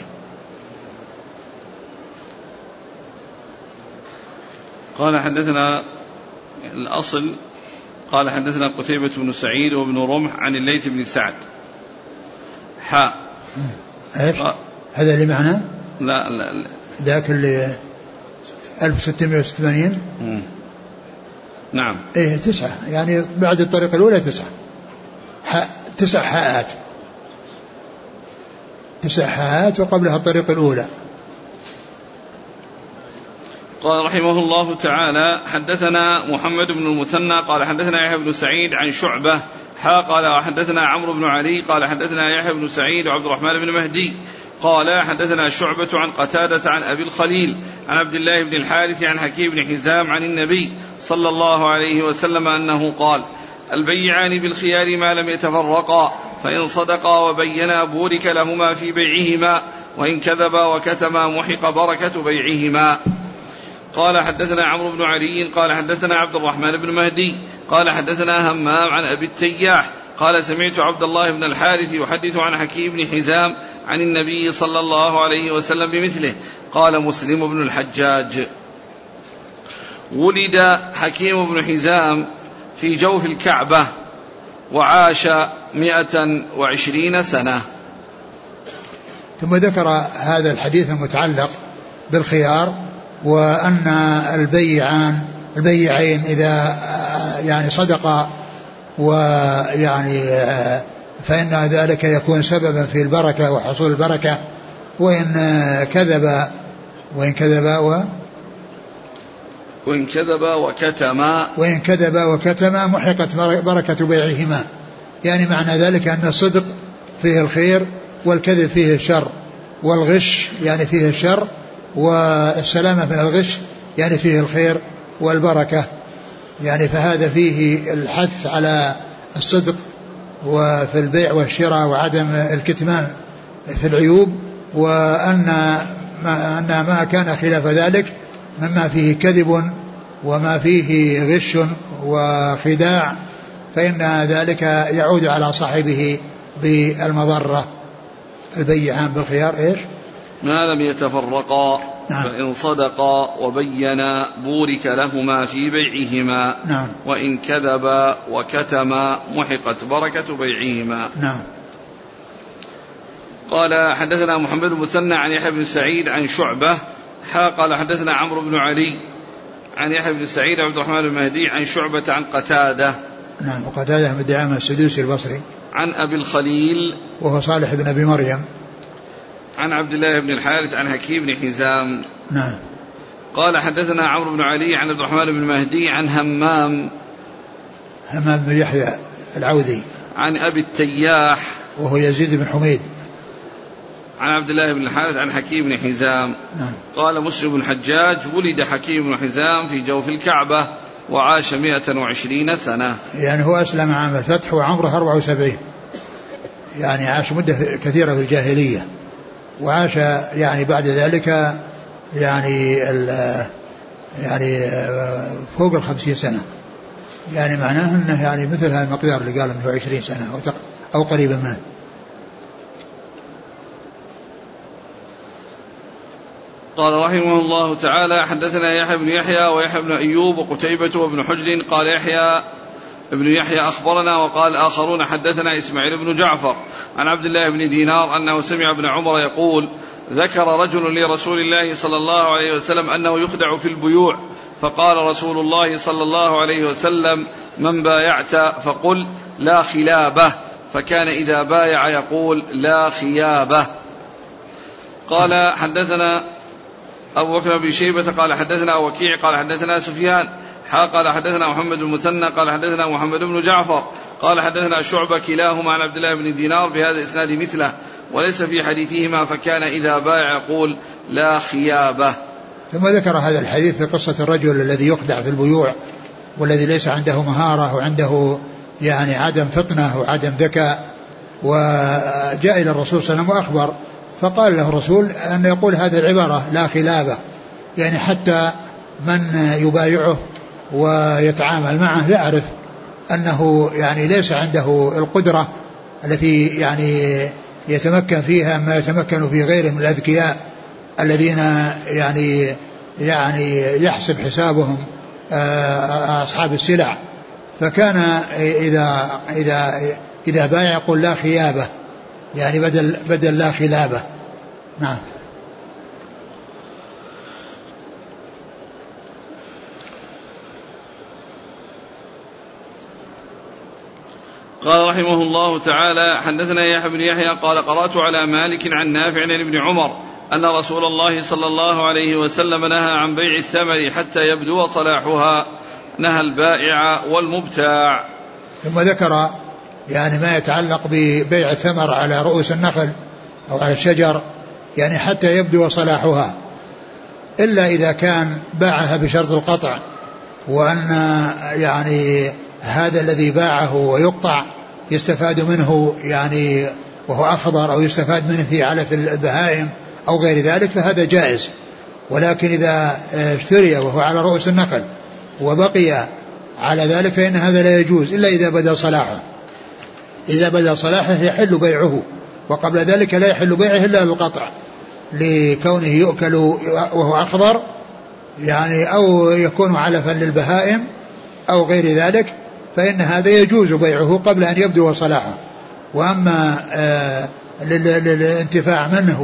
قال حدثنا الأصل قال حدثنا قتيبة بن سعيد وابن رمح عن الليث بن سعد. حاء ايش هذا اللي معنا؟ لا لا, لا. ذاك اللي ألف وستمائة وستة وثمانين. نعم. ايه تسعة يعني بعد الطريقة الأولى تسعة حاء تسع حاءات تسع حاءات وقبلها الطريقة الأولى. قال رحمه الله تعالى حدثنا محمد بن المثنى قال حدثنا يحيى بن سعيد عن شعبة حا قال حدثنا عمرو بن علي قال حدثنا يحيى بن سعيد وعبد الرحمن بن مهدي قال حدثنا شعبة عن قتادة عن أبي الخليل عن عبد الله بن الحارث عن حكيم بن حزام عن النبي صلى الله عليه وسلم أنه قال البيعان بالخيار ما لم يتفرقا فإن صدقا وبينا بورك لهما في بيعهما وإن كذبا وكتما محق بركة بيعهما. قال حدثنا عمرو بن علي قال حدثنا عبد الرحمن بن مهدي قال حدثنا همام عن أبي التياح قال سمعت عبد الله بن الحارث يحدث عن حكيم بن حزام عن النبي صلى الله عليه وسلم بمثله. قال مسلم بن الحجاج ولد حكيم بن حزام في جوف الكعبة وعاش مئة وعشرين سنة. ثم ذكر هذا الحديث المتعلق بالخيار وأن البيعان البيعين إذا يعني صدقا ويعني فإن ذلك يكون سببا في البركة وحصول البركة وإن كذب وإن كذب و وإن كذب وكتما وإن كذب وكتما محقت بركة بيعهما. يعني معنى ذلك أن الصدق فيه الخير والكذب فيه الشر والغش يعني فيه الشر والسلامة من الغش يعني فيه الخير والبركة. يعني فهذا فيه الحث على الصدق وفي البيع والشراء وعدم الكتمان في العيوب وأن ما, أن ما كان خلاف ذلك مما فيه كذب وما فيه غش وخداع فإن ذلك يعود على صاحبه بالمضرة. البيعان بالخيار إيش ما لم يتفرقا نعم. فإن صدقا وبينا بورك لهما في بيعهما نعم. وإن كذبا وكتما محقت بركة بيعهما. نعم. قال حدثنا محمد بن مثنى عن يحيى بن سعيد عن شعبة حا قال حدثنا عمرو بن علي عن يحيى بن سعيد وعبد الرحمن المهدي عن شعبة عن قتادة نعم وقتادة بن دعامة السدوسي البصري عن أبي الخليل وهو صالح بن أبي مريم عن عبد الله بن الحارث عن حكيم بن حزام. نعم. قال حدثنا عمرو بن علي عن عبد الرحمن بن مهدي عن همام همام بن يحيى العوذي. عن أبي التياح وهو يزيد بن حميد. عن عبد الله بن الحارث عن حكيم بن حزام. نعم. قال مسلم بن الحجاج ولد حكيم بن حزام في جوف الكعبة وعاش مئة وعشرين سنة. يعني هو أسلم عام الفتح وعمره أربعة وسبعين، يعني عاش مدة كثيرة في الجاهلية، وعاش يعني بعد ذلك يعني يعني فوق الخمسين سنة، يعني معناه أنه يعني مثل هذا المقدار اللي قال مئة وعشرين سنة أو قريبا منه. قال رحمه الله تعالى حدثنا يحيى بن يحيى ويحيى بن أيوب وقتيبة وابن حجر. قال يحيى ابن يحيى أخبرنا، وقال آخرون حدثنا إسماعيل بن جعفر عن عبد الله بن دينار أنه سمع ابن عمر يقول ذكر رجل لرسول الله صلى الله عليه وسلم أنه يخدع في البيوع، فقال رسول الله صلى الله عليه وسلم من بايعت فقل لا خلابة، فكان إذا بايع يقول لا خيابة. قال حدثنا أبو بكر بن شيبة قال حدثنا وكيع قال حدثنا سفيان حا قال حدثنا محمد بن المثنى قال حدثنا محمد بن جعفر قال حدثنا شعبة كلاهما عن عبد الله بن دينار بهذا الإسناد مثله، وليس في حديثهما فكان إذا بايع يقول لا خيابة. ثم ذكر هذا الحديث في قصة الرجل الذي يخدع في البيوع والذي ليس عنده مهارة وعنده يعني عدم فطنة وعدم ذكاء، وجاء إلى الرسول صلى الله عليه وسلم وأخبر، فقال له الرسول أن يقول هذه العبارة لا خلابة، يعني حتى من يبايعه ويتعامل معه يعرف أنه يعني ليس عنده القدرة التي يعني يتمكن فيها ما يتمكن في غيره من الأذكياء الذين يعني يعني يحسب حسابهم أصحاب السلع. فكان إذا إذا إذا بايع يقول لا خيابة، يعني بدل بدل لا خلابة. نعم. قال رحمه الله تعالى حدثنا يحيى بن يحيى قال قرأت على مالك عن نافع عن ابن عمر أن رسول الله صلى الله عليه وسلم نهى عن بيع الثمر حتى يبدو صلاحها، نهى البائع والمبتاع. ثم ذكر يعني ما يتعلق ببيع الثمر على رؤوس النخل أو على الشجر، يعني حتى يبدو صلاحها، إلا إذا كان باعها بشرط القطع، وأن يعني هذا الذي باعه ويقطع يستفاد منه يعني وهو أخضر، أو يستفاد منه في علف البهائم أو غير ذلك، فهذا جائز. ولكن إذا اشتري وهو على رؤوس النخل وبقي على ذلك فإن هذا لا يجوز إلا إذا بدأ صلاحه. إذا بدأ صلاحه يحل بيعه، وقبل ذلك لا يحل بيعه إلا بالقطع، لكونه يؤكل وهو أخضر يعني، أو يكون علفا للبهائم أو غير ذلك، فإن هذا يجوز بيعه قبل أن يبدو صلاحه. وأما للانتفاع منه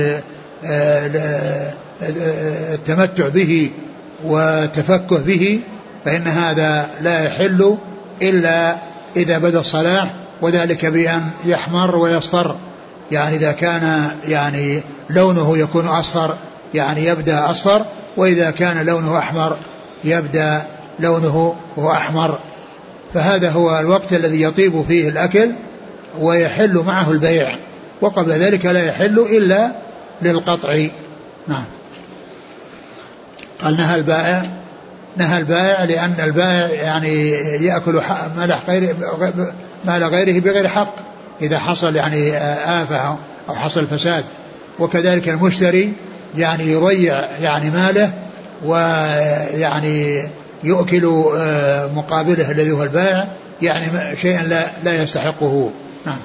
وللتمتع به وتفكه به فإن هذا لا يحل إلا إذا بدأ الصلاح، وذلك بأن يحمر ويصفر، يعني إذا كان يعني لونه يكون أصفر يعني يبدأ أصفر، وإذا كان لونه أحمر يبدأ لونه هو أحمر، فهذا هو الوقت الذي يطيب فيه الأكل ويحل معه البيع، وقبل ذلك لا يحل إلا للقطع. نعم. قال نهى البائع، نهى البائع لأن البائع يعني يأكل مال غيره بغير حق إذا حصل يعني آفة أو حصل فساد، وكذلك المشتري يعني يضيع يعني ماله ويعني يؤكل مقابله الذي هو البائع يعني شيئا لا, لا يستحقه. نعم.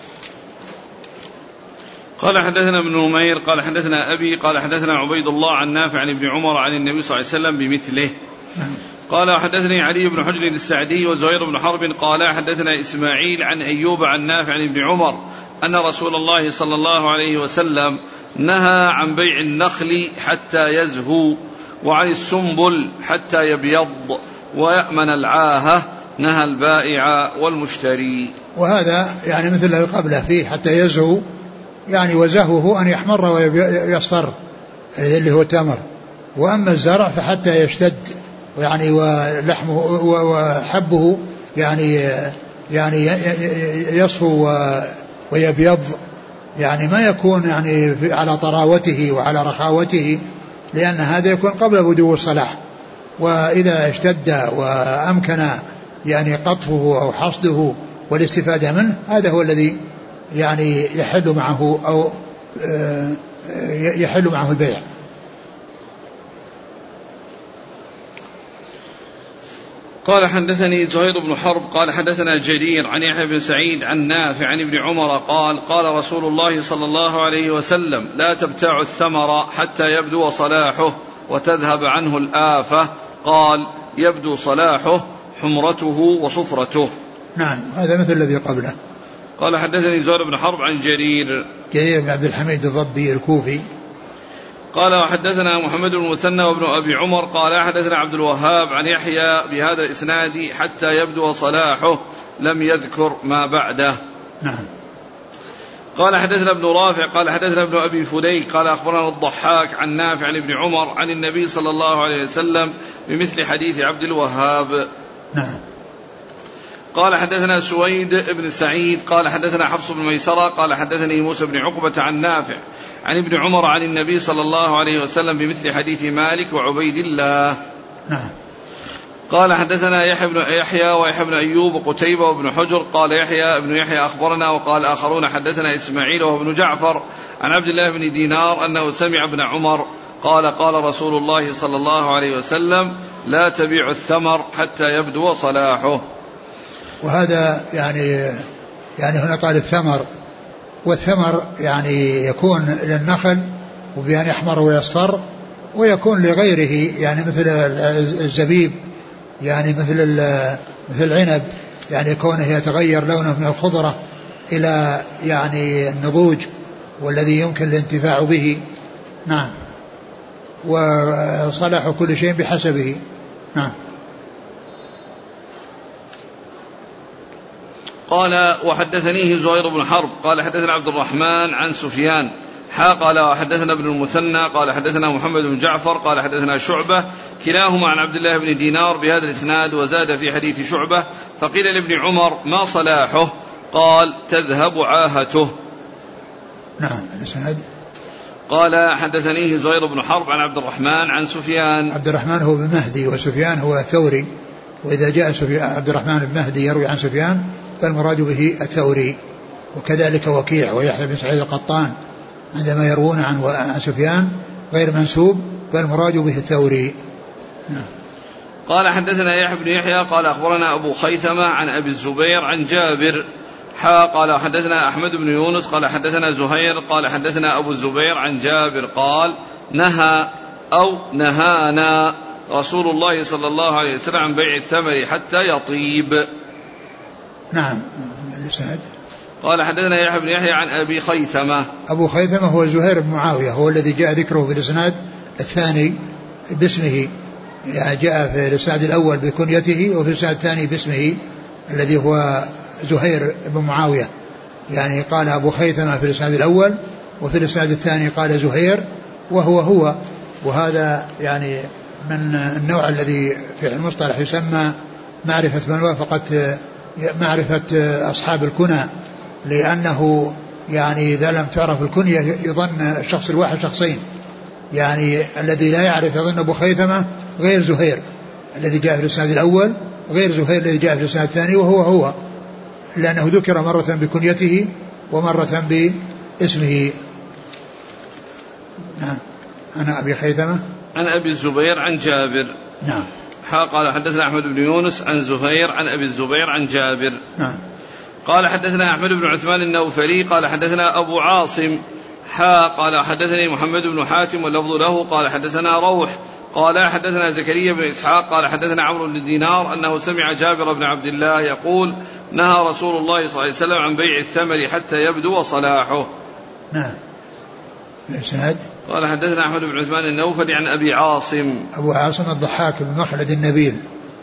قال حدثنا ابن نمير قال حدثنا أبي قال حدثنا عبيد الله عن نافع عن ابن عمر عن النبي صلى الله عليه وسلم بمثله. نعم. قال حدثني علي بن حجر السعدي وزهير بن حرب قال حدثنا إسماعيل عن أيوب عن نافع عن ابن عمر أن رسول الله صلى الله عليه وسلم نهى عن بيع النخل حتى يزهو، وعن السنبل حتى يبيض، ويأمن العاهة، نهى البائع والمشتري. وهذا يعني مثل الذي قبله فيه حتى يزهو، يعني وزهوه أن يحمر ويصفر اللي هو التمر. وأما الزرع فحتى يشتد يعني ولحمه وحبه يعني يعني يصفو ويبيض، يعني ما يكون يعني على طراوته وعلى رخاوته، لأن هذا يكون قبل بدو الصلاح. وإذا اشتد وأمكن يعني قطفه أو حصده والاستفادة منه، هذا هو الذي يعني يحل معه أو يحل معه البيع. قال حدثني زهير بن حرب قال حدثنا جرير عن يحيى بن سعيد عن نافع عن ابن عمر قال قال رسول الله صلى الله عليه وسلم لا تبتاع الثمر حتى يبدو صلاحه وتذهب عنه الآفة. قال يبدو صلاحه حمرته وصفرته. نعم، هذا مثل الذي قبله. قال حدثني زهير بن حرب عن جرير جرير بن عبد الحميد الضبي الكوفي قال وحدثنا محمد بن المثنى وابن أبي عمر قال حدثنا عبد الوهاب عن يحيى بهذا الإسناد حتى يبدو صلاحه، لم يذكر ما بعده. نعم. قال حدثنا ابن رافع قال حدثنا ابن أبي فديك قال أخبرنا الضحاك عن نافع عن ابن عمر عن النبي صلى الله عليه وسلم بمثل حديث عبد الوهاب. نعم. قال حدثنا سويد بن سعيد قال حدثنا حفص بن ميسرة قال حدثني موسى بن عقبة عن نافع عن ابن عمر عن النبي صلى الله عليه وسلم بمثل حديث مالك وعبيد الله. نعم. قال حدثنا يحيى بن يحيى ويحيى بن أيوب وقتيبة وابن حجر قال يحيى بن يحيى أخبرنا وقال آخرون حدثنا إسماعيل وابن جعفر عن عبد الله بن دينار أنه سمع ابن عمر قال قال رسول الله صلى الله عليه وسلم لا تبيع الثمر حتى يبدو صلاحه. وهذا يعني يعني هنا قال الثمر، والثمر يعني يكون للنخل وبأن يحمر ويصفر، ويكون لغيره يعني مثل الزبيب، يعني مثل مثل العنب، يعني كونه يتغير لونه من الخضرة إلى يعني النضوج والذي يمكن الانتفاع به. نعم. وصلاح كل شيء بحسبه. نعم. قال وحدثنيه زهير بن حرب قال حدثنا عبد الرحمن عن سفيان حا قال وحدثنا ابن المثنى قال حدثنا محمد بن جعفر قال حدثنا شعبة كلاهما عن عبد الله بن دينار بهذا الإسناد وزاد في حديث شعبة فقيل لابن عمر ما صلاحه قال تذهب عاهته. نعم. الإسناد قال حدثنيه زهير بن حرب عن عبد الرحمن عن سفيان. عبد الرحمن هو بن مهدي وسفيان هو الثوري، وإذا جاء عبد الرحمن بن مهدي يروي عن سفيان فالمراد به الثوري، وكذلك وكيع ويحيى بن سعيد القطان عندما يروون عن سفيان غير منسوب فالمراد به الثوري. نعم. قال حدثنا يحيى بن يحيى قال أخبرنا أبو خيثمة عن أبي الزبير عن جابر حا قال حدثنا أحمد بن يونس قال حدثنا زهير قال حدثنا أبو الزبير عن جابر قال نهى أو نهانا رسول الله صلى الله عليه وسلم عن بيع الثمر حتى يطيب. نعم. الإسناد قال حدثنا يحيى بن يحيى عن أبي خيثمة. أبو خيثمة هو زهير بن معاوية، هو الذي جاء ذكره في الإسناد الثاني باسمه، يعني جاء في الإسناد الأول بكنيته وفي الإسناد الثاني باسمه الذي هو زهير بن معاوية، يعني قال أبو خيثمة في الإسناد الأول وفي الإسناد الثاني قال زهير وهو هو. وهذا يعني من النوع الذي في المصطلح يسمى معرفة من وافقت معرفة أصحاب الكنى، لأنه يعني إذا لم تعرف الكنية يظن الشخص الواحد شخصين، يعني الذي لا يعرف يظن أبو خيثمة غير زهير الذي جاء في الإسناد الأول غير زهير الذي جاء في الإسناد الثاني وهو هو، لأنه ذكر مرة بكنيته ومرة باسمه. نعم. أنا أبي خيثمة عن أبي الزبير عن جابر. نعم. قال حدثنا أحمد بن يونس عن زهير عن أبي الزبير عن جابر. نعم. قال حدثنا أحمد بن عثمان النوفلي قال حدثنا أبو عاصم حا قال حدثني محمد بن حاتم واللفظ له قال حدثنا روح قال حدثنا زكريا بن إسحاق قال حدثنا عمرو بن دينار أنه سمع جابر بن عبد الله يقول نهى رسول الله صلى الله عليه وسلم عن بيع الثمر حتى يبدو صلاحه. نعم. الإسناد قال حدثنا أحمد بن عثمان النوفلي عن أبي عاصم أبو عاصم الضحاك بن مخلد النبيل.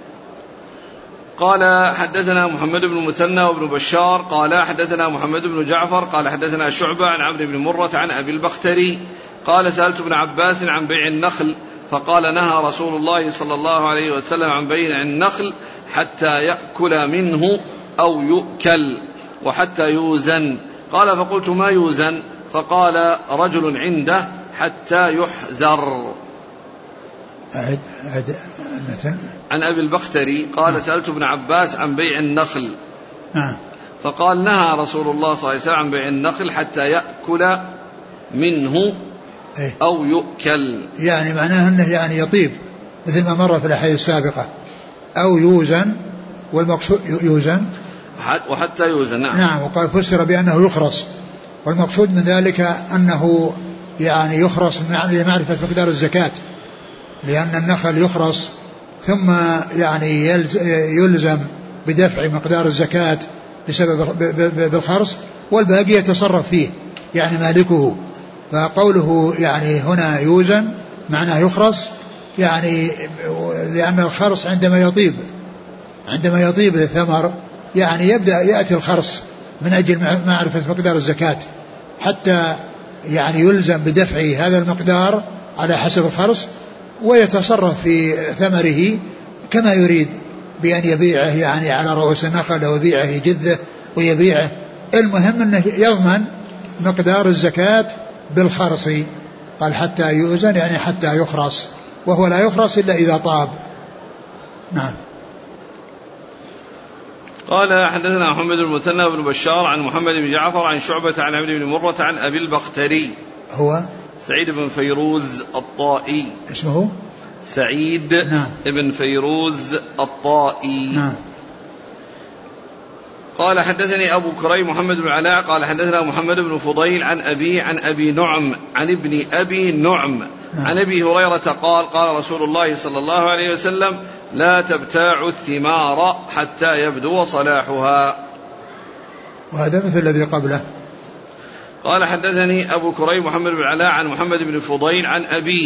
قال حدثنا محمد بن المثنى وابن بشار قال حدثنا محمد بن جعفر قال حدثنا شعبة عن عمرو بن مرة عن أبي البختري قال سألت ابن عباس عن بيع النخل فقال نهى رسول الله صلى الله عليه وسلم عن بيع النخل حتى يأكل منه أو يؤكل وحتى يوزن. قال فقلت ما يوزن؟ فقال رجل عنده حتى يحزر. أعد أعد مثلا. عن أبي البختري قال سألت ابن عباس عن بيع النخل نعم. فقال نهى رسول الله صلى الله عليه وسلم عن بيع النخل حتى يأكل منه أو يؤكل. يعني معناه أنه يعني يطيب مثل ما مر في الأحاديث السابقة، أو يوزن، والمقصود يوزن وحتى يوزن. نعم. نعم. وقال فسر بأنه يخرص، والمقصود من ذلك أنه يعني يخرص لمعرفة مقدار الزكاة، لأن النخل يخرص ثم يعني يلزم بدفع مقدار الزكاة بسبب بالخرص، والباقي يتصرف فيه يعني مالكه. فقوله يعني هنا يوزن معناه يخرص، يعني لأن الخرص عندما يطيب عندما يطيب الثمر يعني يبدأ يأتي الخرص من أجل معرفة مقدار الزكاة حتى يعني يلزم بدفع هذا المقدار على حسب الخرص، ويتصرف في ثمره كما يريد بأن يبيعه يعني على رؤوس النخل ويبيعه جذه ويبيعه. المهم أنه يضمن مقدار الزكاة بالخرص. قال حتى يوزن يعني حتى يخرص، وهو لا يخرص إلا إذا طاب. نعم. قال حدثنا محمد بن المثنى بن بشار عن محمد بن جعفر عن شعبة عن عبد بن مرة عن أبي البختري هو سعيد بن فيروز الطائي. اسمه سعيد نعم. بن فيروز الطائي. نعم. قال حدثني أبو كريم محمد بن علاء قال حدثنا محمد بن فضيل عن أبي عن أبي نعم عن ابن أبي نعم نعم. عن أبي هريرة قال قال رسول الله صلى الله عليه وسلم لا تبتاعوا الثمار حتى يبدو صلاحها. وهذا مثل الذي قبله. قال حدثني أبو كريم محمد بن علاء عن محمد بن فضيل عن أبيه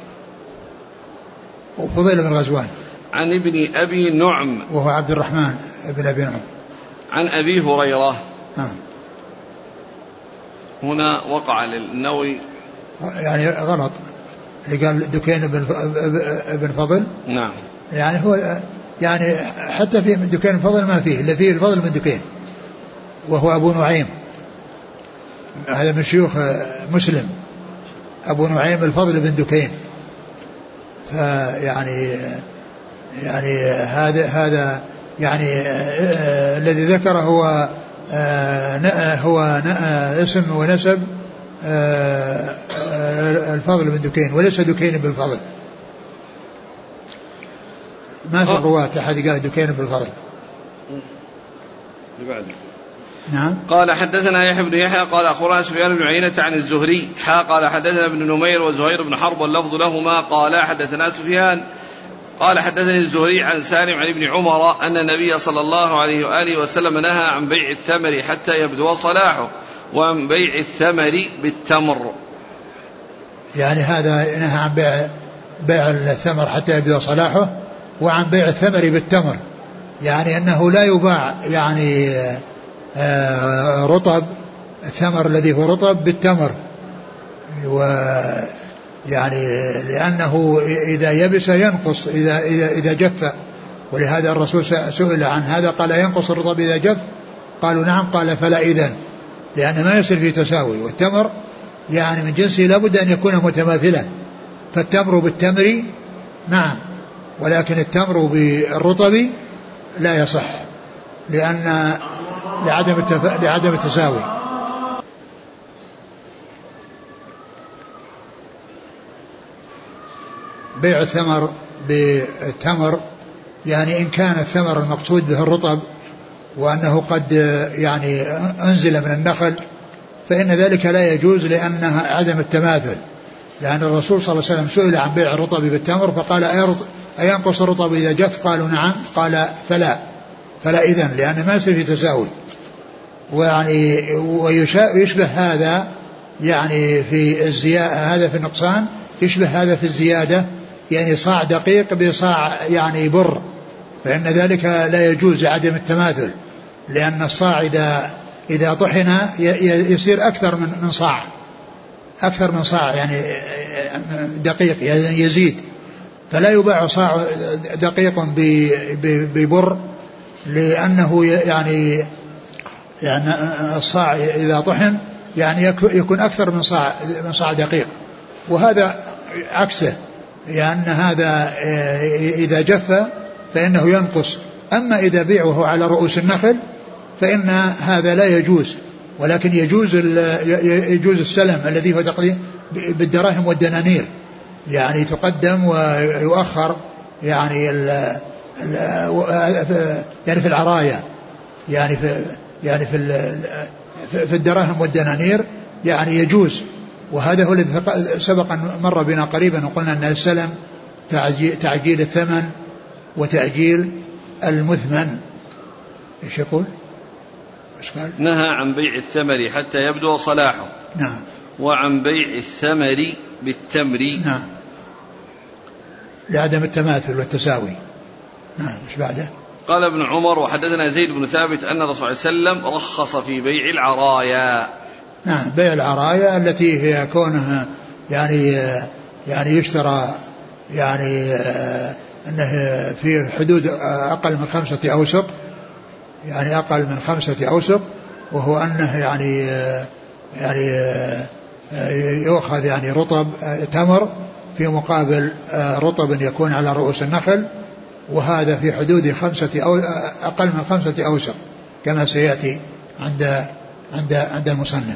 فضيل بن غزوان عن ابن أبي نعم وهو عبد الرحمن ابن أبي نعم عن أبي هريرة. نعم. هنا وقع للنووي يعني غلط، اللي قال دكين ابن فضل. نعم. يعني هو يعني حتى في دكين الفضل ما فيه، اللي فيه الفضل من دكين وهو أبو نعيم، هذا من شيوخ مسلم، أبو نعيم الفضل بن دكين. فيعني يعني هذا هذا يعني آه الذي ذكره هو آه هو آه اسم ونسب آه آه الفضل بن دكين، وليس دكين بالفضل. ما في الرواة أحد قال دكين بالفضل. نعم. قال حدثنا يحيى بن يحيى قال أخبرنا سفيان بن عيينة عن الزهري حا قال حدثنا ابن نمير وزهير بن حرب واللفظ لهما قال حدثنا سفيان قال حدثني الزهري عن سالم عن ابن عمر أن النبي صلى الله عليه وآله وسلم نهى عن بيع الثمر حتى يبدو صلاحه وعن بيع الثمر بالتمر. يعني هذا نهى عن بيع بيع الثمر حتى يبدو صلاحه، وعن بيع الثمر بالتمر، يعني أنه لا يباع يعني رطب الثمر الذي هو رطب بالتمر، ويعني لأنه إذا يبس ينقص إذا إذا إذا جف، ولهذا الرسول سئل عن هذا قال ينقص الرطب إذا جف؟ قالوا نعم، قال فلا إذن، لأن ما يصير في تساوي، والتمر يعني من جنسه لابد أن يكون متماثلا، فالتمر بالتمر نعم، ولكن التمر بالرطب لا يصح لأن لعدم التف... لعدم التساوي. بيع الثمر بالتمر يعني إن كان الثمر المقصود به الرطب وأنه قد يعني أنزل من النخل فإن ذلك لا يجوز لأنها عدم التماثل، لأن الرسول صلى الله عليه وسلم سئل عن بيع الرطب بالتمر فقال أينقص الرطب إذا جف؟ قالوا نعم، قال فلا فلا إذن، لأن ما يصير في تساوي. ويعني ويشبه هذا يعني في الزيادة، هذا في النقصان يشبه هذا في الزيادة، يعني صاع دقيق بصاع يعني بر، فإن ذلك لا يجوز عدم التماثل، لأن الصاع إذا إذا طحن يصير أكثر من من صاع، أكثر من صاع يعني دقيق يزيد، فلا يباع صاع دقيق ببر لأنه يعني يعني الصاع إذا طحن يعني يكون أكثر من صاع من صاع دقيق، وهذا عكسه، لأن هذا إذا جف فإنه ينقص. أما إذا بيعه على رؤوس النخل فإن هذا لا يجوز، ولكن يجوز يجوز السلم الذي هو تقديم بالدراهم والدنانير، يعني تقدم ويؤخر يعني ال يعني في العرايا، يعني في يعني في في الدراهم والدنانير يعني يجوز. وهذا هو الذي سبق مر بنا قريبا وقلنا أن السلم تعجيل الثمن وتأجيل المثمن. ايش يقول؟ ايش قال؟ نهى عن بيع الثمر حتى يبدو صلاحه. نعم. وعن بيع الثمر بالتمر. نعم. لعدم التماثل والتساوي. نعم. ايش بعده؟ قال ابن عمر وحدثنا زيد بن ثابت أن الرسول صلى الله عليه وسلم رخص في بيع العرايا. نعم. بيع العرايا التي هي كونها يعني يعني يشترى يعني أنه في حدود أقل من خمسة أوسق، يعني أقل من خمسة أوسق، وهو أنه يعني يعني يؤخذ يعني رطب تمر في مقابل رطب يكون على رؤوس النخل، وهذا في حدود خمسة أو أقل من خمسة أوسق كما سيأتي عند عند عند المصنف.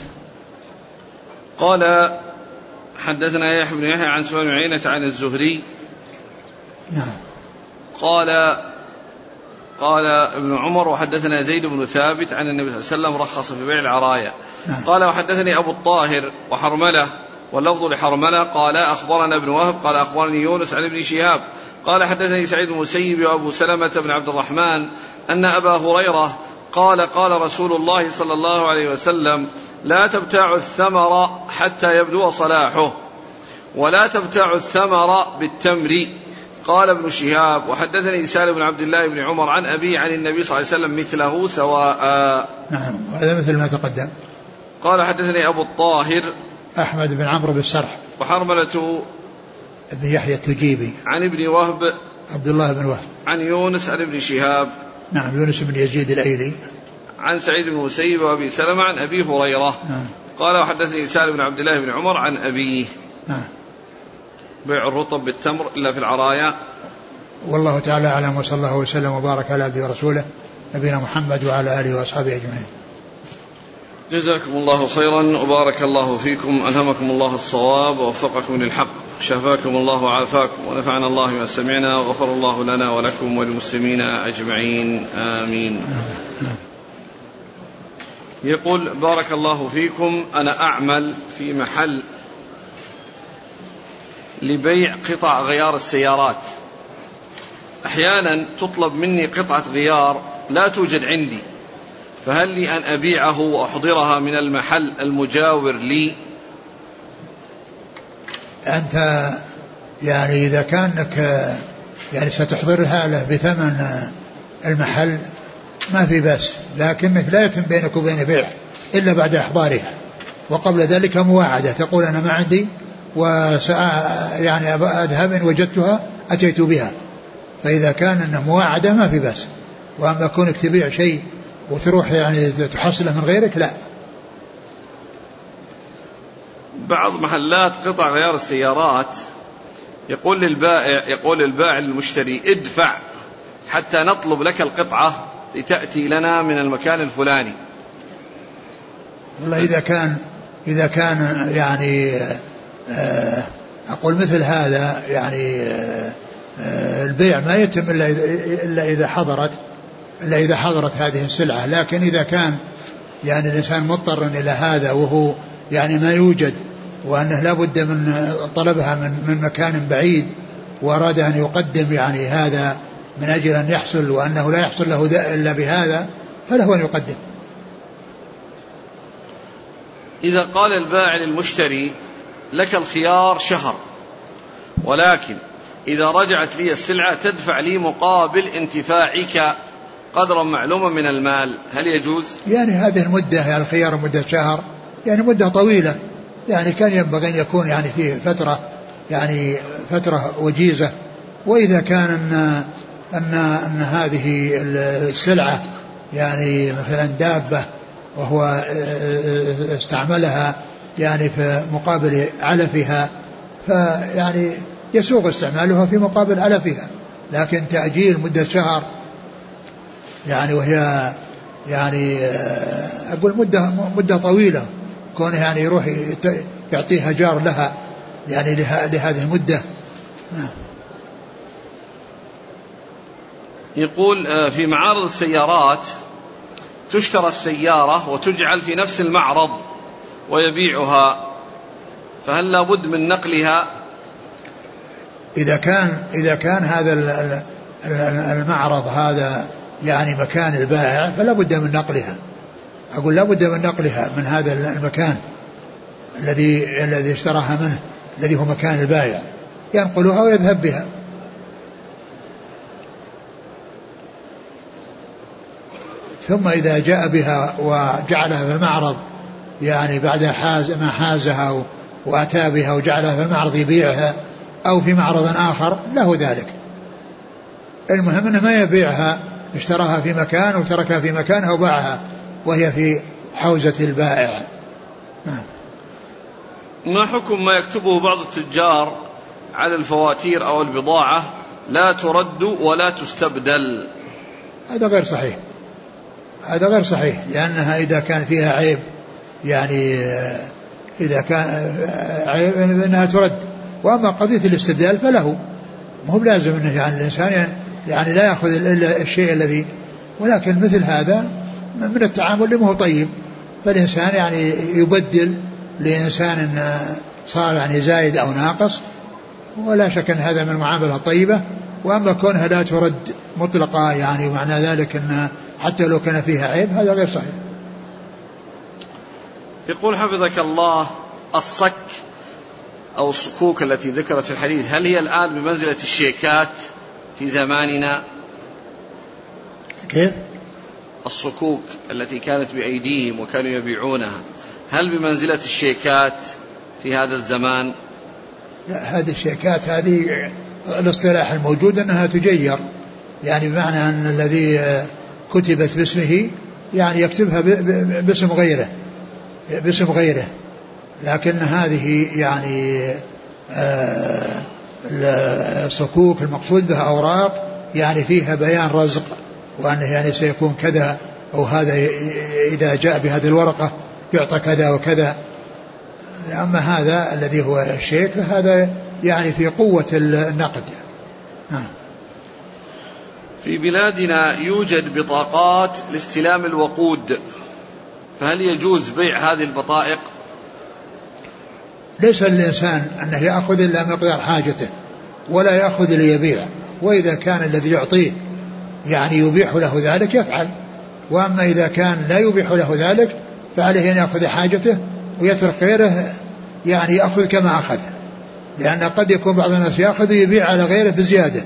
قال حدثنا يحيى بن يحيى عن سفيان بن عيينة عن الزهري. نعم. قال قال ابن عمر وحدثنا زيد بن ثابت عن النبي صلى الله عليه وسلم رخص في بيع العرايا. نعم. قال وحدثني أبو الطاهر وحرملة واللفظ لحرملة قال أخبرنا ابن وهب قال أخبرني يونس عن ابن شهاب قال حدثني سعيد بن المسيب وأبو سلمة بن عبد الرحمن أن أبا هريرة قال قال رسول الله صلى الله عليه وسلم لا تبتاعوا الثمر حتى يبدو صلاحه ولا تبتاعوا الثمر بالتمر. قال ابن شهاب وحدثني سالم بن عبد الله بن عمر عن أبي عن النبي صلى الله عليه وسلم مثله سواء. نعم. وهذا مثل ما تقدم. قال حدثني أبو الطاهر أحمد بن عمرو بن السرح وحرملة ابن يحيى التجيبي عن ابن وهب عبد الله بن وهب عن يونس عن ابن شهاب. نعم. يونس بن يزيد الأيلي عن سعيد بن المسيب وأبي سلمة عن أبي هريرة. نعم. قال وحدثني سالم بن عبد الله بن عمر عن أبيه. نعم. بيع الرطب بالتمر إلا في العرايا. والله تعالى أعلم، وصلى الله وسلم وبارك على عبده ورسوله نبينا محمد وعلى آله وأصحابه أجمعين. جزاكم الله خيرا وبارك الله فيكم، ألهمكم الله الصواب ووفقكم للحق، شفاكم الله وعافاكم، ونفعنا الله ما سمعنا، وغفر الله لنا ولكم وللمسلمين أجمعين آمين. يقول بارك الله فيكم، أنا أعمل في محل لبيع قطع غيار السيارات، أحيانا تطلب مني قطعة غيار لا توجد عندي، فهل لي أن أبيعه وأحضرها من المحل المجاور لي؟ أنت يعني إذا كانك يعني ستحضرها له بثمن المحل ما في بأس، لكنك لا يتم بينك وبين بيع إلا بعد إحضارها، وقبل ذلك مواعدة تقول أنا ما عندي وسأ يعني أذهب إن وجدتها أتيت بها، فإذا كان أنه مواعدة ما في بأس. وأما كونك تبيع شيء وتروح يعني تحصله من غيرك لا. بعض محلات قطع غيار السيارات يقول للبائع يقول للبائع للمشتري ادفع حتى نطلب لك القطعة لتأتي لنا من المكان الفلاني. والله إذا كان إذا كان يعني أقول مثل هذا يعني البيع ما يتم إلا إذا حضرت إلا إذا حضرت هذه السلعة، لكن إذا كان يعني الإنسان مضطر إلى هذا وهو يعني ما يوجد وأنه لا بد من طلبها من, من مكان بعيد وأراد أن يقدم يعني هذا من أجل أن يحصل وأنه لا يحصل له إلا بهذا فله أن يقدم. إذا قال البائع للمشتري لك الخيار شهر، ولكن إذا رجعت لي السلعة تدفع لي مقابل انتفاعك قدرا معلوما من المال، هل يجوز؟ يعني هذه المدة يعني الخيار مدة شهر يعني مدة طويلة، يعني كان ينبغي أن يكون يعني فيه فترة يعني فترة وجيزة. وإذا كان أن أن هذه السلعة يعني مثلا دابة وهو استعملها يعني في مقابل علفها، فيعني يسوغ استعمالها في مقابل علفها، لكن تأجيل مدة شهر يعني وهي يعني أقول مدة مدة طويلة، كونه يعني يروح يعطيها جار لها يعني لهذه المدة. يقول في معارض السيارات تشترى السيارة وتجعل في نفس المعرض ويبيعها، فهل لابد من نقلها؟ إذا كان إذا كان هذا المعرض هذا يعني مكان البائع فلا بد من نقلها، أقول لا بد من نقلها من هذا المكان الذي الذي اشتراها منه الذي هو مكان البائع، ينقلها ويذهب بها. ثم إذا جاء بها وجعلها في المعرض يعني بعد حاز ما حازها وأتى بها وجعلها في المعرض يبيعها أو في معرض آخر له ذلك، المهم أنه ما يبيعها، اشتراها في مكان وتركها في مكانها وباعها وهي في حوزة البائع. ما حكم ما يكتبه بعض التجار على الفواتير أو البضاعة لا ترد ولا تستبدل؟ هذا غير صحيح، هذا غير صحيح، لأنها إذا كان فيها عيب يعني إذا كان عيب أنها ترد، وأما قضية الاستبدال فله، مو بلازم أنه يعني الإنسان يعني لا يأخذ إلا الشيء الذي، ولكن مثل هذا من التعامل اللي مو طيب، فالإنسان يعني يبدل لإنسان صار يعني زايد أو ناقص، ولا شك أن هذا من المعاملة الطيبة. وأما كونها لا ترد مطلقة يعني معنى ذلك أن حتى لو كان فيها عيب هذا غير صحيح. يقول حفظك الله الصك أو الصكوك التي ذكرت في الحديث هل هي الآن بمنزلة الشيكات في زماننا؟ كيف؟ الصكوك التي كانت بأيديهم وكانوا يبيعونها هل بمنزلة الشيكات في هذا الزمان؟ لا، هذه الشيكات هذه الاصطلاح الموجود أنها تجير، يعني بمعنى أن الذي كتبت باسمه يعني يكتبها باسم غيره باسم غيره لكن هذه يعني الصكوك المقصود بها أوراق يعني فيها بيان رزق، وأنه يعني سيكون كذا أو هذا إذا جاء بهذه الورقة يعطى كذا وكذا. أما هذا الذي هو الشيك فهذا يعني في قوة النقد. في بلادنا يوجد بطاقات لاستلام الوقود، فهل يجوز بيع هذه البطائق؟ ليس للإنسان أنه يأخذ إلا مقدار حاجته ولا يأخذ ليبيع، وإذا كان الذي يعطيه يعني يبيح له ذلك يفعل، وأما إذا كان لا يبيح له ذلك فعليه أن يأخذ حاجته ويترك غيره يعني يأخذ كما أخذ، لأن قد يكون بعض الناس يأخذ ويبيع على غيره بزيادة.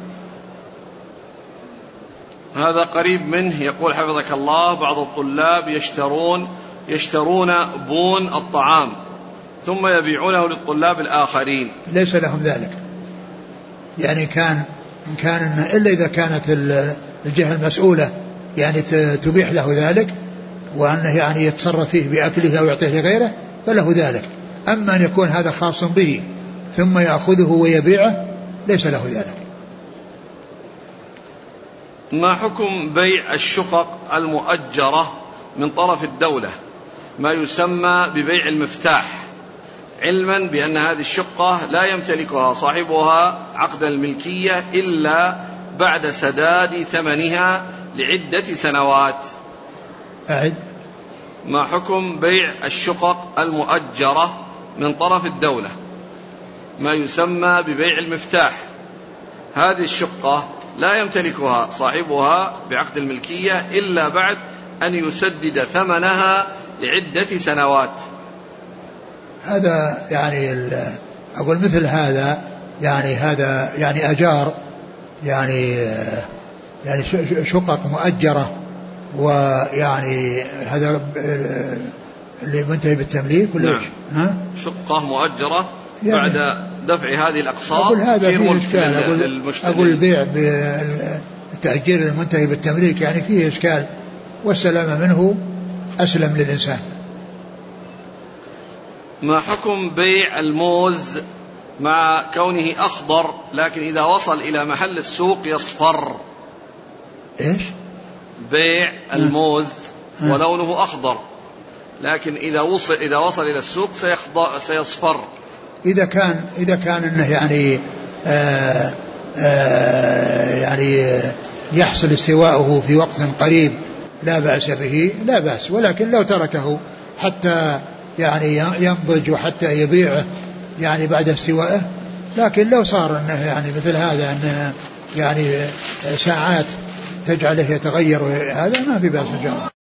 هذا قريب منه يقول حفظك الله بعض الطلاب يشترون يشترون بون الطعام ثم يبيعونه للطلاب الآخرين، ليس لهم ذلك، يعني كان إن كان إلا إذا كانت الجهة المسؤولة يعني تبيح له ذلك وأنه يعني يتصرف فيه بأكله أو يعطيه لغيره فله ذلك. أما أن يكون هذا خاص به ثم يأخذه ويبيعه ليس له ذلك. ما حكم بيع الشقق المؤجرة من طرف الدولة ما يسمى ببيع المفتاح، علما بأن هذه الشقة لا يمتلكها صاحبها عقد الملكية إلا بعد سداد ثمنها لعدة سنوات؟ أعد. ما حكم بيع الشقق المؤجرة من طرف الدولة ما يسمى ببيع المفتاح، هذه الشقة لا يمتلكها صاحبها بعقد الملكية إلا بعد أن يسدد ثمنها لعدة سنوات؟ هذا يعني أقول مثل هذا يعني هذا يعني أجار يعني يعني شقق مؤجرة، ويعني هذا اللي منتهي بالتمليك ولا نعم. ها؟ شقة مؤجرة يعني بعد دفع هذه الأقساط أقول هذا فيه فيه إشكال. أقول, أقول البيع بالتأجير المنتهي بالتمليك يعني فيه إشكال، والسلامة منه أسلم للإنسان. ما حكم بيع الموز مع كونه أخضر لكن إذا وصل إلى محل السوق يصفر؟ إيش؟ بيع الموز ولونه أخضر لكن إذا وصل إذا وصل إلى السوق سيصفر. إذا كان إذا كان إنه يعني آآ آآ يعني يحصل استواؤه في وقت قريب لا بأس به، لا بأس، ولكن لو تركه حتى يعني ينضج وحتى يبيعه يعني بعد استوائه، لكن لو صار انه يعني مثل هذا انه يعني ساعات تجعله يتغير هذا ما في بأس إن شاء الله.